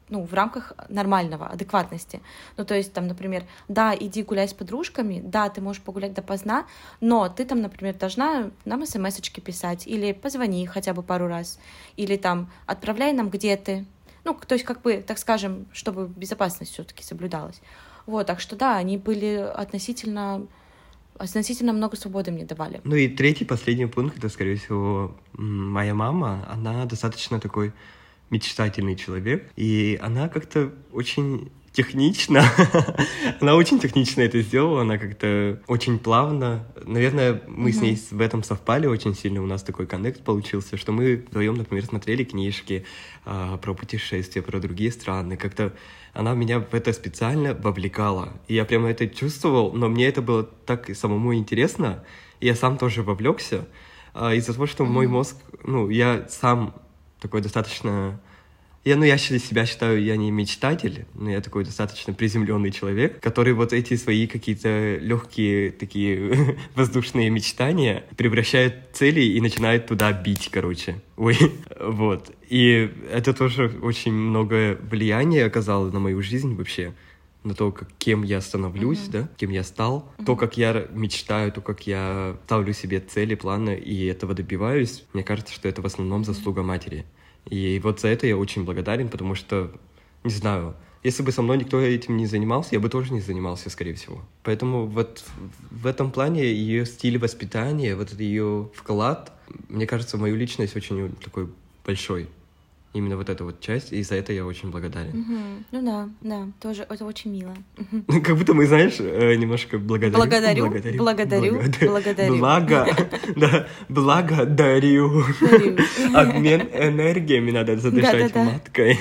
ну, в рамках нормального, адекватности. Ну, то есть, там, например, да, иди гуляй с подружками, да, ты можешь погулять допоздна, но ты там, например, должна нам смс-очки писать, или позвони хотя бы пару раз, или там отправляй нам, где ты. Ну, то есть, как бы, так скажем, чтобы безопасность все-таки соблюдалась. Вот, так что да, они были относительно, относительно много свободы мне давали.
Ну и третий, последний пункт, это, скорее всего, моя мама, она достаточно такой мечтательный человек, и она как-то очень технично, она очень технично это сделала, она как-то очень плавно, наверное, мы mm-hmm. с ней в этом совпали очень сильно, у нас такой коннект получился, что мы вдвоем, например, смотрели книжки а, про путешествия, про другие страны, как-то она меня в это специально вовлекала, и я прямо это чувствовал, но мне это было так и самому интересно, и я сам тоже вовлекся, а, из-за того, что mm-hmm. мой мозг, ну, я сам такой достаточно... Я, ну, я себя считаю, я не мечтатель, но я такой достаточно приземленный человек, который вот эти свои какие-то легкие такие воздушные мечтания превращает в цели и начинает туда бить, короче. Ой, вот. И это тоже очень многое влияние оказало на мою жизнь вообще, на то, как, кем я становлюсь, mm-hmm. да, кем я стал, mm-hmm. то, как я мечтаю, то, как я ставлю себе цели, планы и этого добиваюсь. Мне кажется, что это в основном заслуга матери. И вот за это я очень благодарен, потому что, не знаю, если бы со мной никто этим не занимался, я бы тоже не занимался, скорее всего. Поэтому вот в этом плане ее стиль воспитания, вот ее вклад, мне кажется, в мою личность очень такой большой. Именно вот эта вот часть, и за это я очень благодарен.
Mm-hmm. Ну да, да, тоже это очень мило.
Mm-hmm. Как будто мы, знаешь, немножко благодарю.
Благодарю, благодарю, благодарю, благодарю. благодарю.
Благо, да, благодарю. Обмен энергиями надо задышать маткой.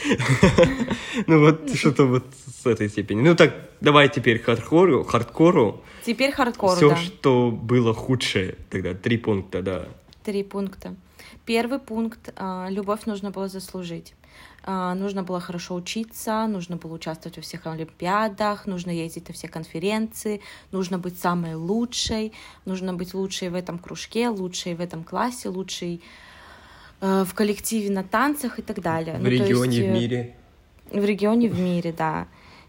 Ну вот что-то вот с этой степени. Ну так, давай теперь хардкору, хардкору.
Теперь хардкору, да.
Все, что было худшее тогда, три пункта, да.
Три пункта. Первый пункт — любовь нужно было заслужить. Нужно было хорошо учиться, нужно было участвовать во всех олимпиадах, нужно ездить на все конференции, нужно быть самой лучшей, нужно быть лучшей в этом кружке, лучшей в этом классе, лучшей в коллективе на танцах и так далее.
В
ну,
регионе,
есть,
в мире.
В регионе, в мире, да.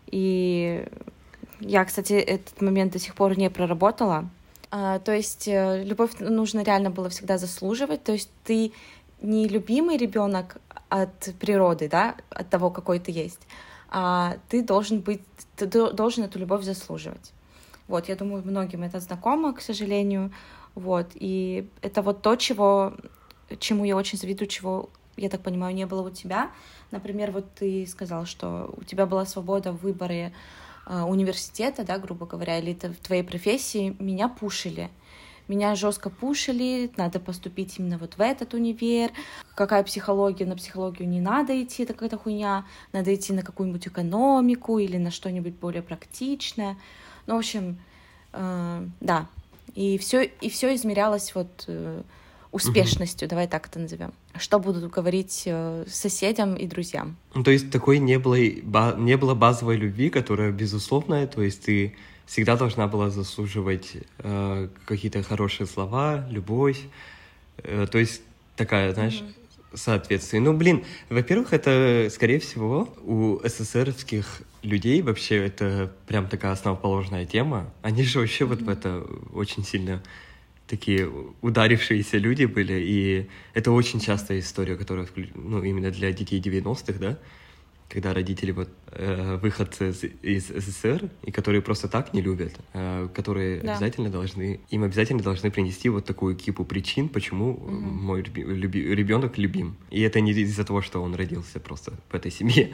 И я, кстати, этот момент до сих пор не проработала. То есть любовь нужно реально было всегда заслуживать. То есть ты не любимый ребенок от природы, да, от того, какой ты есть, а ты должен быть, ты должен эту любовь заслуживать. Вот, я думаю, многим это знакомо, к сожалению. Вот, и это вот то, чего, чему я очень завидую, чего, я так понимаю, не было у тебя. Например, вот ты сказал, что у тебя была свобода в выборе университета, да, грубо говоря, или это в твоей профессии. Меня пушили. Меня жестко пушили, надо поступить именно вот в этот универ. Какая психология? На психологию не надо идти, это какая-то хуйня. Надо идти на какую-нибудь экономику или на что-нибудь более практичное. Ну, в общем, э, да. И все, и все измерялось вот э, успешностью, mm-hmm. давай так это назовем. Что будут говорить э, соседям и друзьям.
Ну, то есть такой не было, ба- не было базовой любви, которая безусловная, то есть ты всегда должна была заслуживать э, какие-то хорошие слова, любовь, э, то есть такая, знаешь, mm-hmm. соответствие. Ну, блин, во-первых, это, скорее всего, у эсэсэровских людей вообще это прям такая основоположная тема. Они же вообще mm-hmm. вот в это очень сильно такие ударившиеся люди были, и это очень частая история, которая, ну, именно для детей девяностых, да, когда родители вот э, выходцы из СССР, и которые просто так не любят, э, которые да. обязательно должны, им обязательно должны принести вот такую кипу причин, почему угу. мой люби, ребенок любим. И это не из-за того, что он родился просто в этой семье.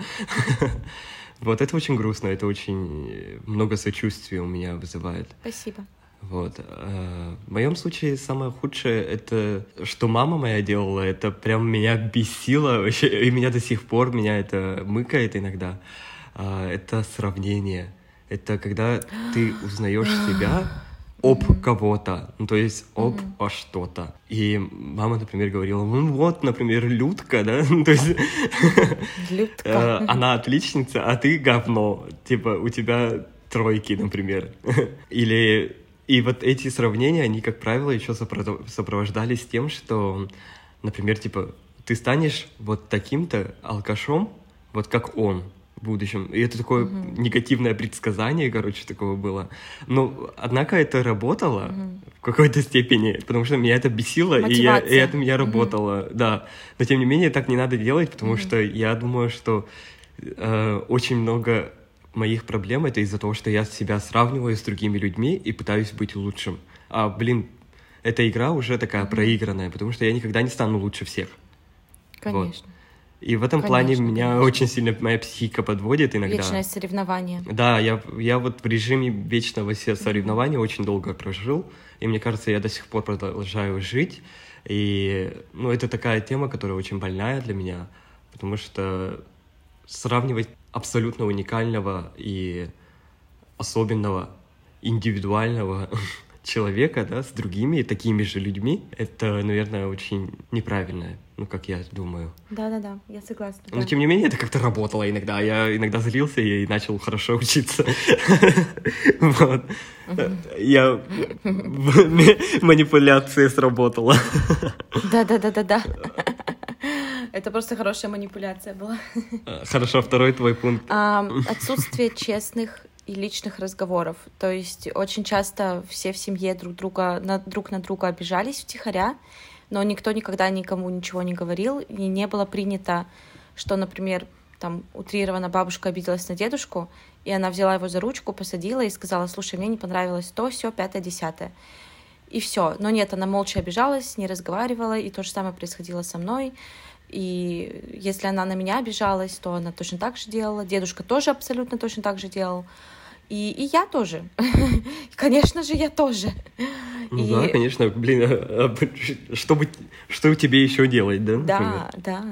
Вот это очень грустно, это очень много сочувствия у меня вызывает.
Спасибо.
Вот. В моем случае самое худшее, это что мама моя делала, это прям меня бесило вообще, и меня до сих пор, меня это мыкает иногда. Это сравнение. Это когда ты узнаешь себя об кого-то, ну, то есть об mm-hmm. что-то. И мама, например, говорила, ну вот, например, Людка, да, то есть
Людка.
Она отличница, а ты говно, типа у тебя тройки, например. Или... И вот эти сравнения, они, как правило, еще сопровождались тем, что, например, типа, ты станешь вот таким-то алкашом, вот как он в будущем. И это такое
Мгм.
негативное предсказание, короче, такого было. Но, однако, это работало
Мгм.
в какой-то степени, потому что меня это бесило, и, я, и
Мотивация.
это меня
Мгм.
работало, да. Но, тем не менее, так не надо делать, потому
Мгм.
что я думаю, что э, очень много моих проблем — это из-за того, что я себя сравниваю с другими людьми и пытаюсь быть лучшим. А, блин, эта игра уже такая
Мгм.
проигранная, потому что я никогда не стану лучше всех. Вот.
Конечно.
И в этом плане
Конечно,
меня
конечно.
очень сильно моя психика подводит иногда.
Вечное соревнование.
Да, я, я вот в режиме вечного се-
Мгм.
соревнования очень долго прожил, и мне кажется, я до сих пор продолжаю жить. И, ну, это такая тема, которая очень больная для меня, потому что сравнивать абсолютно уникального и особенного, индивидуального человека, да, с другими такими же людьми, это, наверное, очень неправильно, ну, как я думаю.
Да-да-да, я согласна.
Но,
Да.
тем не менее, это как-то работало иногда. Я иногда злился и начал хорошо учиться. Вот. Я... Манипуляция сработала.
Да-да-да-да-да. Это просто хорошая манипуляция была.
Хорошо, второй твой пункт.
А, Отсутствие честных и личных разговоров. То есть очень часто все в семье друг друга на, друг на друга обижались втихаря, но никто никогда никому ничего не говорил, и не было принято, что, например, там утрированно бабушка обиделась на дедушку, и она взяла его за ручку, посадила и сказала: слушай, мне не понравилось то, все, пятое, десятое. И все. Но нет, она молча обижалась, не разговаривала, и то же самое происходило со мной. И если она на меня обижалась, то она точно так же делала. Дедушка тоже абсолютно точно так же делал. И, и я тоже. Конечно же, я тоже.
Ну
И-
да, конечно, блин, а- а что, бы, что тебе еще делать, да? например?
Да, да.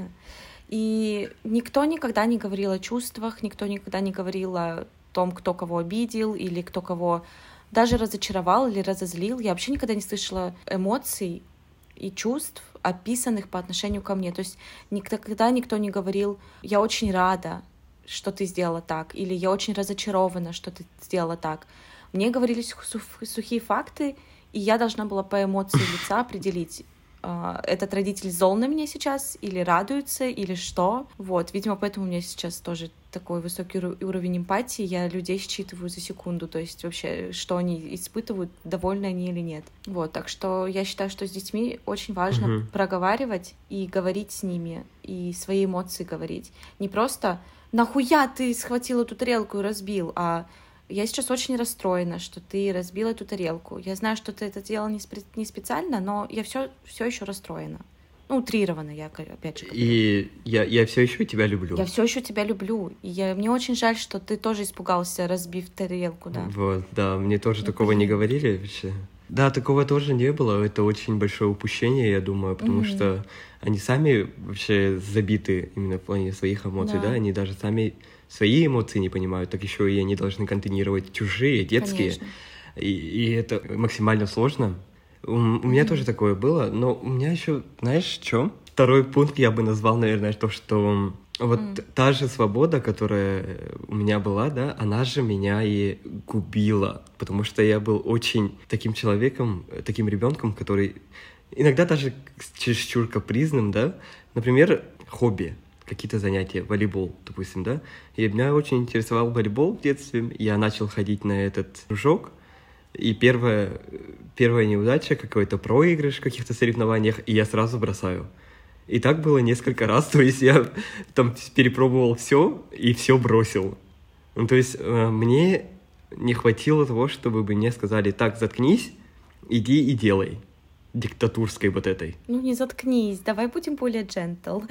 И никто никогда не говорил о чувствах, никто никогда не говорил о том, кто кого обидел или кто кого даже разочаровал или разозлил. Я вообще никогда не слышала эмоций и чувств, описанных по отношению ко мне. То есть никогда никто не говорил: я очень рада, что ты сделала так, или я очень разочарована, что ты сделала так. Мне говорили су- сухие факты, и я должна была по эмоции лица определить, а, этот родитель зол на меня сейчас, или радуется, или что. Вот, видимо, поэтому у меня сейчас тоже такой высокий уру- уровень эмпатии. Я людей считываю за секунду, то есть вообще, что они испытывают, довольны они или нет. Вот, так что я считаю, что с детьми очень важно
Мгм.
проговаривать и говорить с ними, и свои эмоции говорить. Не просто «нахуя ты схватил эту тарелку и разбил», а «я сейчас очень расстроена, что ты разбил эту тарелку. Я знаю, что ты это делал не, спе- не специально, но я все, все еще расстроена». Ну, утрированно, я ка- опять же говорю.
И я, я все еще тебя люблю.
Я все еще тебя люблю. И я, мне очень жаль, что ты тоже испугался, разбив тарелку, да.
Вот, да, мне тоже
Ну,
такого не
блин.
говорили вообще. Да, такого тоже не было. Это очень большое упущение, я думаю, потому
Мгм.
что они сами вообще забиты именно в плане своих эмоций, да,
Да.
они даже сами свои эмоции не понимают, так еще и они должны контейнировать чужие, детские.
Конечно.
И, и это максимально сложно. У, у меня тоже такое было, но у меня еще, знаешь, что? Второй пункт я бы назвал, наверное, то, что вот
М.
та же свобода, которая у меня была, да, она же меня и губила, потому что я был очень таким человеком, таким ребенком, который иногда даже чересчур капризным, да. Например, хобби, какие-то занятия, волейбол, допустим, да. И меня очень интересовал волейбол в детстве. Я начал ходить на этот кружок, и первая, первая неудача, какой-то проигрыш в каких-то соревнованиях, и я сразу бросаю. И так было несколько раз, то есть я там перепробовал все и все бросил. Ну, то есть э, мне не хватило того, чтобы мне сказали: так, заткнись, иди и делай. Диктатурской вот этой.
Ну, не заткнись, давай будем более джентл.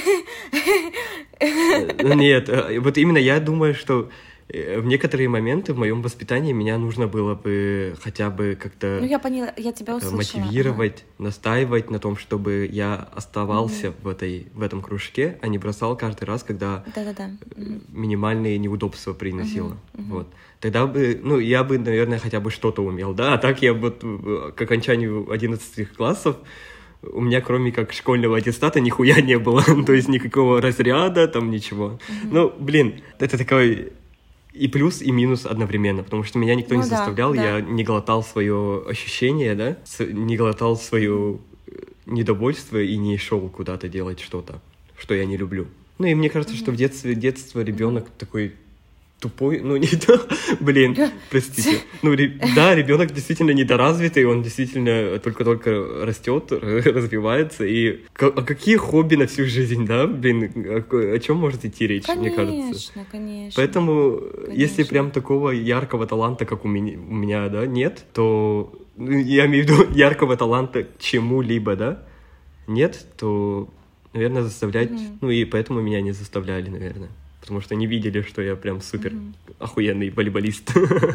Э, Нет, э, вот именно я думаю, что э, в некоторые моменты в моем воспитании меня нужно было бы хотя бы как-то
Ну, я поняла, я тебя
это,
услышала.
мотивировать, настаивать на том, чтобы я оставался в, этой, в этом кружке, а не бросал каждый раз, когда
Ага. Да-да-да. Мгм.
минимальные неудобства приносило.
Мгм, мгм.
Вот. Тогда бы, ну, я бы, наверное, хотя бы что-то умел, да, а так я вот э, к окончанию одиннадцати классов у меня, кроме как школьного аттестата, нихуя не было, то есть никакого разряда, там ничего. Ну, блин, это такой и плюс, и минус одновременно, потому что меня никто
Ну
не
да,
заставлял,
да.
я не глотал свое ощущение, да, с- не глотал свое недовольство и не шел куда-то делать что-то, что я не люблю. Ну и мне кажется, mm-hmm. что в детстве, детство ребенок mm-hmm. такой тупой, ну не то, блин, простите. Ну да, ребенок действительно недоразвитый, он действительно только-только растет, развивается. И а какие хобби на всю жизнь, да, блин, о, о чем может идти речь,
конечно,
мне кажется.
Конечно, конечно.
Поэтому, конечно. Если прям такого яркого таланта, как у меня, у меня, да, нет, то я имею в виду яркого таланта к чему-либо, да, нет, то, наверное, заставлять, mm-hmm. ну и поэтому меня не заставляли, наверное. Потому что не видели, что я прям супер mm-hmm. охуенный волейболист.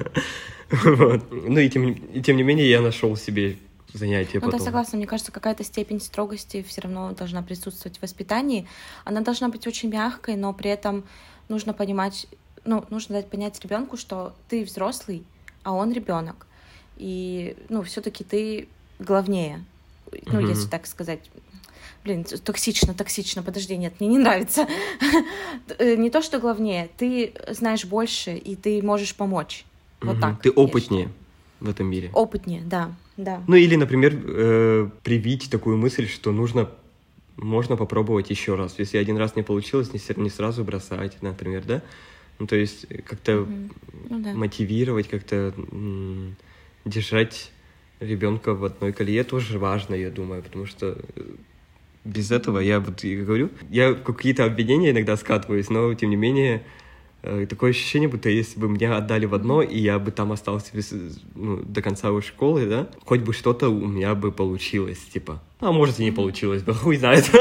Вот. Ну и тем, и тем не менее я нашел себе занятие
ну,
потом.
Ну да, согласна. Мне кажется, какая-то степень строгости все равно должна присутствовать в воспитании. Она должна быть очень мягкой, но при этом нужно понимать, ну, нужно дать понять ребенку, что ты взрослый, а он ребенок. И, ну, все-таки ты главнее. Ну, mm-hmm. если так сказать. Блин, токсично, токсично, подожди, нет, мне не нравится. Не то, что главнее, ты знаешь больше, и ты можешь помочь. Вот угу. так.
Ты опытнее в этом мире.
Опытнее, да, да.
Ну или, например, э, привить такую мысль, что нужно, можно попробовать еще раз. Если один раз не получилось, не, не сразу бросать, например, да? Ну то есть как-то угу. ну, да. мотивировать, как-то м- держать ребенка в одной колее тоже важно, я думаю, потому что без этого, я вот и говорю, я какие-то обвинения иногда скатываюсь, но, тем не менее, такое ощущение, будто если бы меня отдали в одно, и я бы там остался без, ну, до конца школы, да, хоть бы что-то у меня бы получилось, типа. А может, и не получилось бы, хуй знает.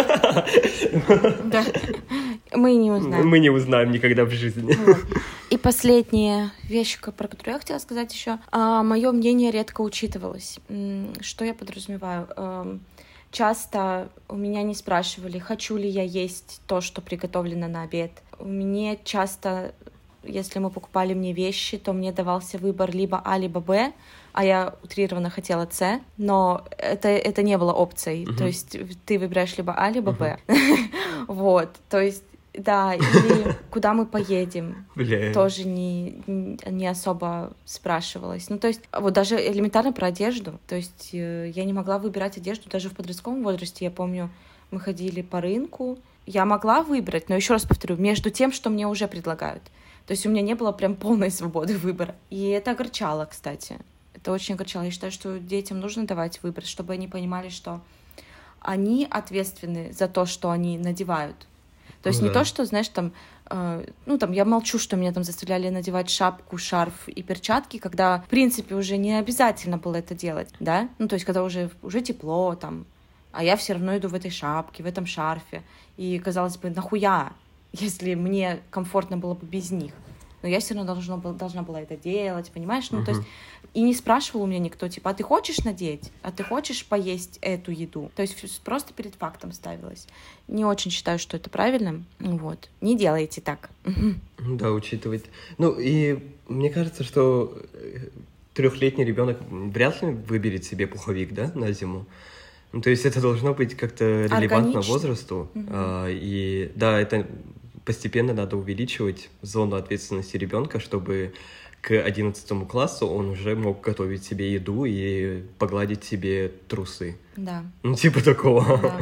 Да, мы не узнаем.
Мы не узнаем никогда в жизни.
И последняя вещь, про которую я хотела сказать еще. Мое мнение редко учитывалось. Что я подразумеваю? Часто у меня не спрашивали, хочу ли я есть то, что приготовлено на обед. Мне часто, если мы покупали мне вещи, то мне давался выбор либо А, либо Б, а я утрированно хотела С, но это, это не было опцией. Uh-huh. То есть ты выбираешь либо А, либо Б. Uh-huh. Вот, то есть да, или куда мы поедем,
Бля.
тоже не, не особо спрашивалось. Ну, то есть, вот даже элементарно про одежду. То есть, я не могла выбирать одежду даже в подростковом возрасте. Я помню, мы ходили по рынку. Я могла выбрать, но еще раз повторю, между тем, что мне уже предлагают. То есть, у меня не было прям полной свободы выбора. И это огорчало, кстати. Это очень огорчало. Я считаю, что детям нужно давать выбор, чтобы они понимали, что они ответственны за то, что они надевают. То есть ну, не да. то, что, знаешь, там, э, ну, там, я молчу, что меня там заставляли надевать шапку, шарф и перчатки, когда, в принципе, уже не обязательно было это делать, да? Ну, то есть, когда уже, уже тепло, там, а я все равно иду в этой шапке, в этом шарфе. И, казалось бы, нахуя, если мне комфортно было бы без них? Но я все равно должна, должна была это делать, понимаешь? Ну, uh-huh. то есть, и не спрашивал у меня никто, типа, а ты хочешь надеть? А ты хочешь поесть эту еду? То есть просто перед фактом ставилось. Не очень считаю, что это правильно. Вот. Не делайте так.
Да, учитывать. Ну, и мне кажется, что трехлетний ребенок вряд ли выберет себе пуховик, да, на зиму. Ну, то есть это должно быть как-то релевантно возрасту. Uh-huh. А, и да, это... Постепенно надо увеличивать зону ответственности ребенка, чтобы к одиннадцатому классу он уже мог готовить себе еду и погладить себе трусы.
Да.
Ну, типа такого.
Да.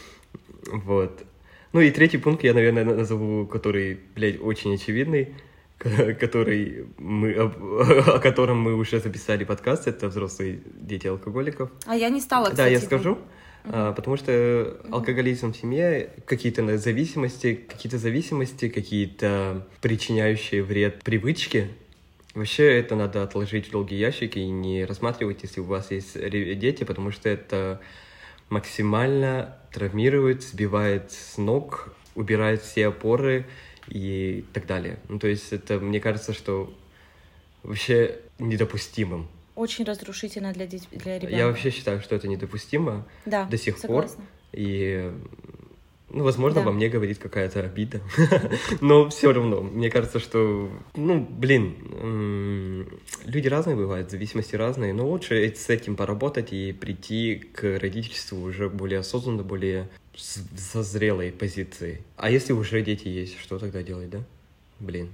Вот. Ну и третий пункт я, наверное, назову, который, блядь, очень очевидный, который мы, о котором мы уже записали подкаст, это взрослые дети алкоголиков.
А я не стала, кстати.
Да, я скажу. Uh-huh. Потому что алкоголизм в семье, какие-то зависимости, какие-то зависимости, какие-то причиняющие вред привычки, вообще это надо отложить в долгий ящик и не рассматривать, если у вас есть дети, потому что это максимально травмирует, сбивает с ног, убирает все опоры и так далее. Ну, то есть это, мне кажется, что вообще недопустимым.
Очень разрушительно для, деть, для ребенка.
Я вообще считаю, что это недопустимо
да,
до сих
согласна.
пор. И, ну, возможно,
да.
во мне говорит какая-то обида. Но все равно, мне кажется, что, ну, блин, люди разные бывают, зависимости разные, но лучше с этим поработать и прийти к родительству уже более осознанно, более со зрелой позиции. А если уже дети есть, что тогда делать, да? Блин.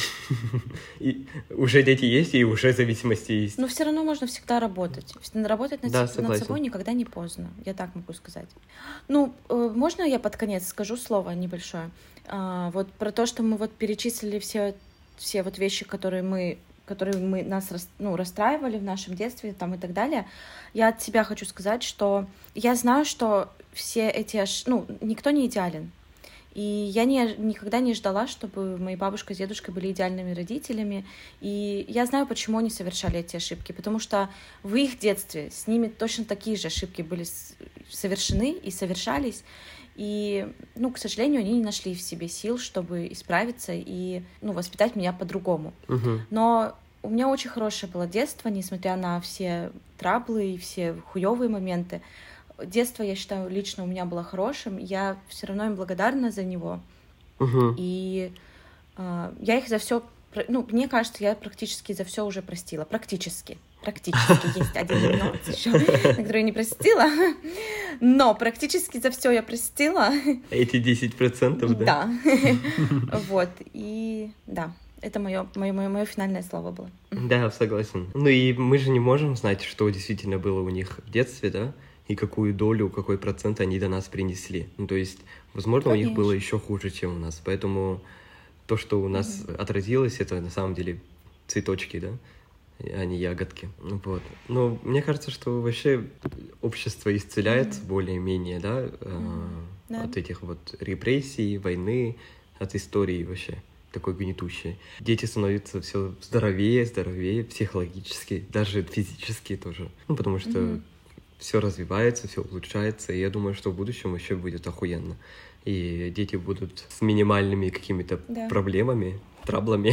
И уже дети есть, и уже зависимости есть.
Но все равно можно всегда работать. Работать над,
да,
над собой никогда не поздно. Я так могу сказать. Ну, э, можно я под конец скажу слово небольшое? А, вот про то, что мы вот перечислили все, все вот вещи, которые мы, которые мы нас рас, ну, расстраивали в нашем детстве там, и так далее, я от себя хочу сказать, что я знаю, что все эти... Ош... Ну, никто не идеален. И я не, никогда не ждала, чтобы мои бабушка с дедушкой были идеальными родителями. И я знаю, почему они совершали эти ошибки. Потому что в их детстве с ними точно такие же ошибки были совершены и совершались. И, ну, к сожалению, они не нашли в себе сил, чтобы исправиться и, ну, воспитать меня по-другому.
Угу.
Но у меня очень хорошее было детство, несмотря на все траблы и все хуёвые моменты. Детство, я считаю, лично у меня было хорошим. Я все равно им благодарна за него.
Угу.
И э, я их за все, ну, мне кажется, я практически за все уже простила. Практически. Практически. Есть один нюанс еще, на который я не простила. Но практически за все я простила.
Эти десять процентов, да?
Да. Вот. И да. Это мое, мое, мое, мое финальное слово было.
Да, согласен. Ну и мы же не можем знать, что действительно было у них в детстве, да? И какую долю, какой процент они до нас принесли. Ну, то есть, возможно, Конечно. У них было еще хуже, чем у нас. Поэтому то, что у нас mm-hmm. отразилось, это на самом деле цветочки, да, а не ягодки. Вот. Но мне кажется, что вообще общество исцеляется mm-hmm. более-менее, да, mm-hmm. э, от этих вот репрессий, войны, от истории вообще такой гнетущей. Дети становятся все здоровее, здоровее, психологически, даже физически тоже. Ну, потому что mm-hmm. все развивается, все улучшается, и я думаю, что в будущем еще будет охуенно. И дети будут с минимальными какими-то
да.
проблемами, траблами,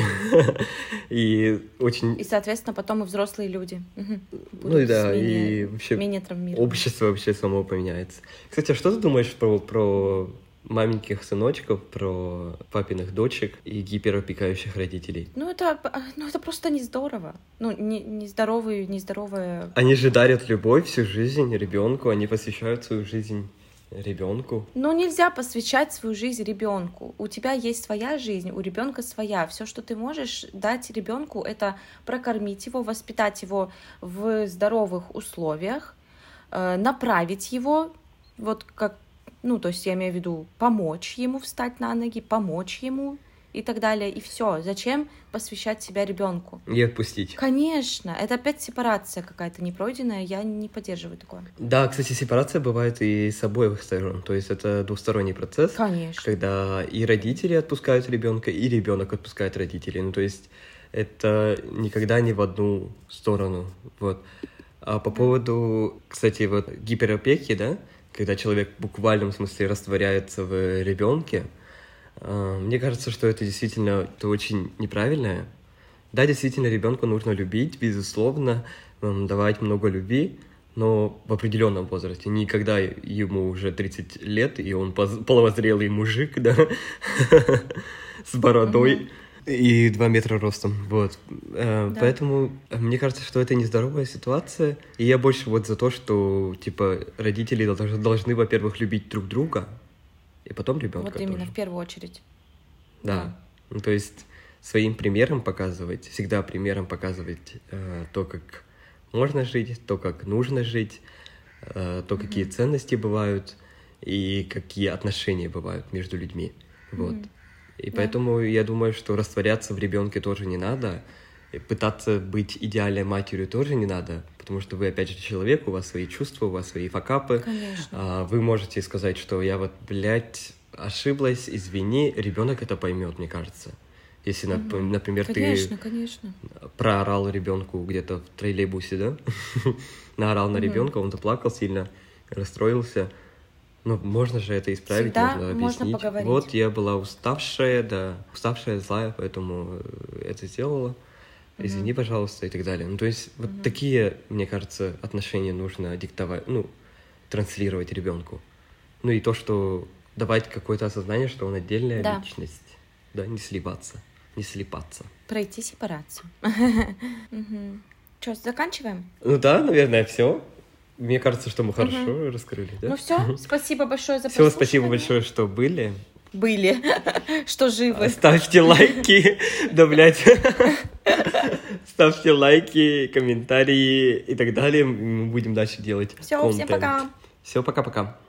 и очень...
И, соответственно, потом и взрослые люди.
Ну и да, и вообще общество вообще само поменяется. Кстати, а что ты думаешь про, про маменьких сыночков, про папиных дочек и гиперопекающих родителей?
Ну это, ну, это просто не здорово. Ну, не, не здоровые, не здоровые...
Они же дарят любовь всю жизнь ребенку, они посвящают свою жизнь ребенку.
Ну, нельзя посвящать свою жизнь ребенку. У тебя есть своя жизнь, у ребенка своя. Все, что ты можешь дать ребенку, это прокормить его, воспитать его в здоровых условиях, э, направить его, вот как, ну, то есть я имею в виду помочь ему встать на ноги, помочь ему и так далее. И все. Зачем посвящать себя ребенку?
И отпустить.
Конечно. Это опять сепарация какая-то непройденная. Я не поддерживаю такое.
Да, кстати, сепарация бывает и с обоих сторон. То есть это двусторонний процесс.
Конечно.
Когда и родители отпускают ребенка, и ребенок отпускает родителей. Ну, то есть это никогда не в одну сторону. Вот. А по поводу, кстати, вот гиперопеки, да, когда человек в буквальном смысле растворяется в ребенке, мне кажется, что это действительно это очень неправильное. Да, действительно, ребенку нужно любить, безусловно, давать много любви, но в определенном возрасте. Не когда ему уже тридцать лет, и он половозрелый мужик, да, с бородой и два метра ростом. Вот. Поэтому мне кажется, что это нездоровая ситуация. И я больше вот за то, что типа родители должны, во-первых, любить друг друга, и потом ребенка.
Вот именно,
тоже.
В первую очередь.
Да. да. Ну, то есть своим примером показывать, всегда примером показывать э, то, как можно жить, то, как нужно жить, э, то, mm-hmm. какие ценности бывают и какие отношения бывают между людьми. Вот. Mm-hmm. И да. поэтому я думаю, что растворяться в ребенке тоже не надо. И пытаться быть идеальной матерью тоже не надо, потому что вы, опять же, человек, у вас свои чувства, у вас свои факапы.
Конечно.
Вы можете сказать, что я вот, блядь, ошиблась, извини, ребенок это поймет, мне кажется. Если, угу. например,
конечно,
ты
конечно.
проорал ребенку где-то в троллейбусе, да? Наорал на ребенка, он заплакал сильно, расстроился. Ну, можно же это исправить,
Всегда
можно объяснить.
Можно поговорить.
Вот я была уставшая, да, уставшая, злая, поэтому это сделала. Извини, mm-hmm. пожалуйста, и так далее. Ну, то есть, вот mm-hmm. такие, мне кажется, отношения нужно диктовать, ну, транслировать ребенку. Ну, и то, что давать какое-то осознание, что он отдельная
да.
личность. Да, не сливаться, не слипаться.
Пройти сепарацию. Что, заканчиваем?
Ну да, наверное, все. Мне кажется, что мы хорошо раскрыли, да?
Ну все, спасибо большое за
прослушивание. Все, спасибо большое, что были.
Были, что живы.
Ставьте лайки, да, блядь. Ставьте лайки, комментарии и так далее. Мы будем дальше делать
Все, всем пока.
Все, пока-пока.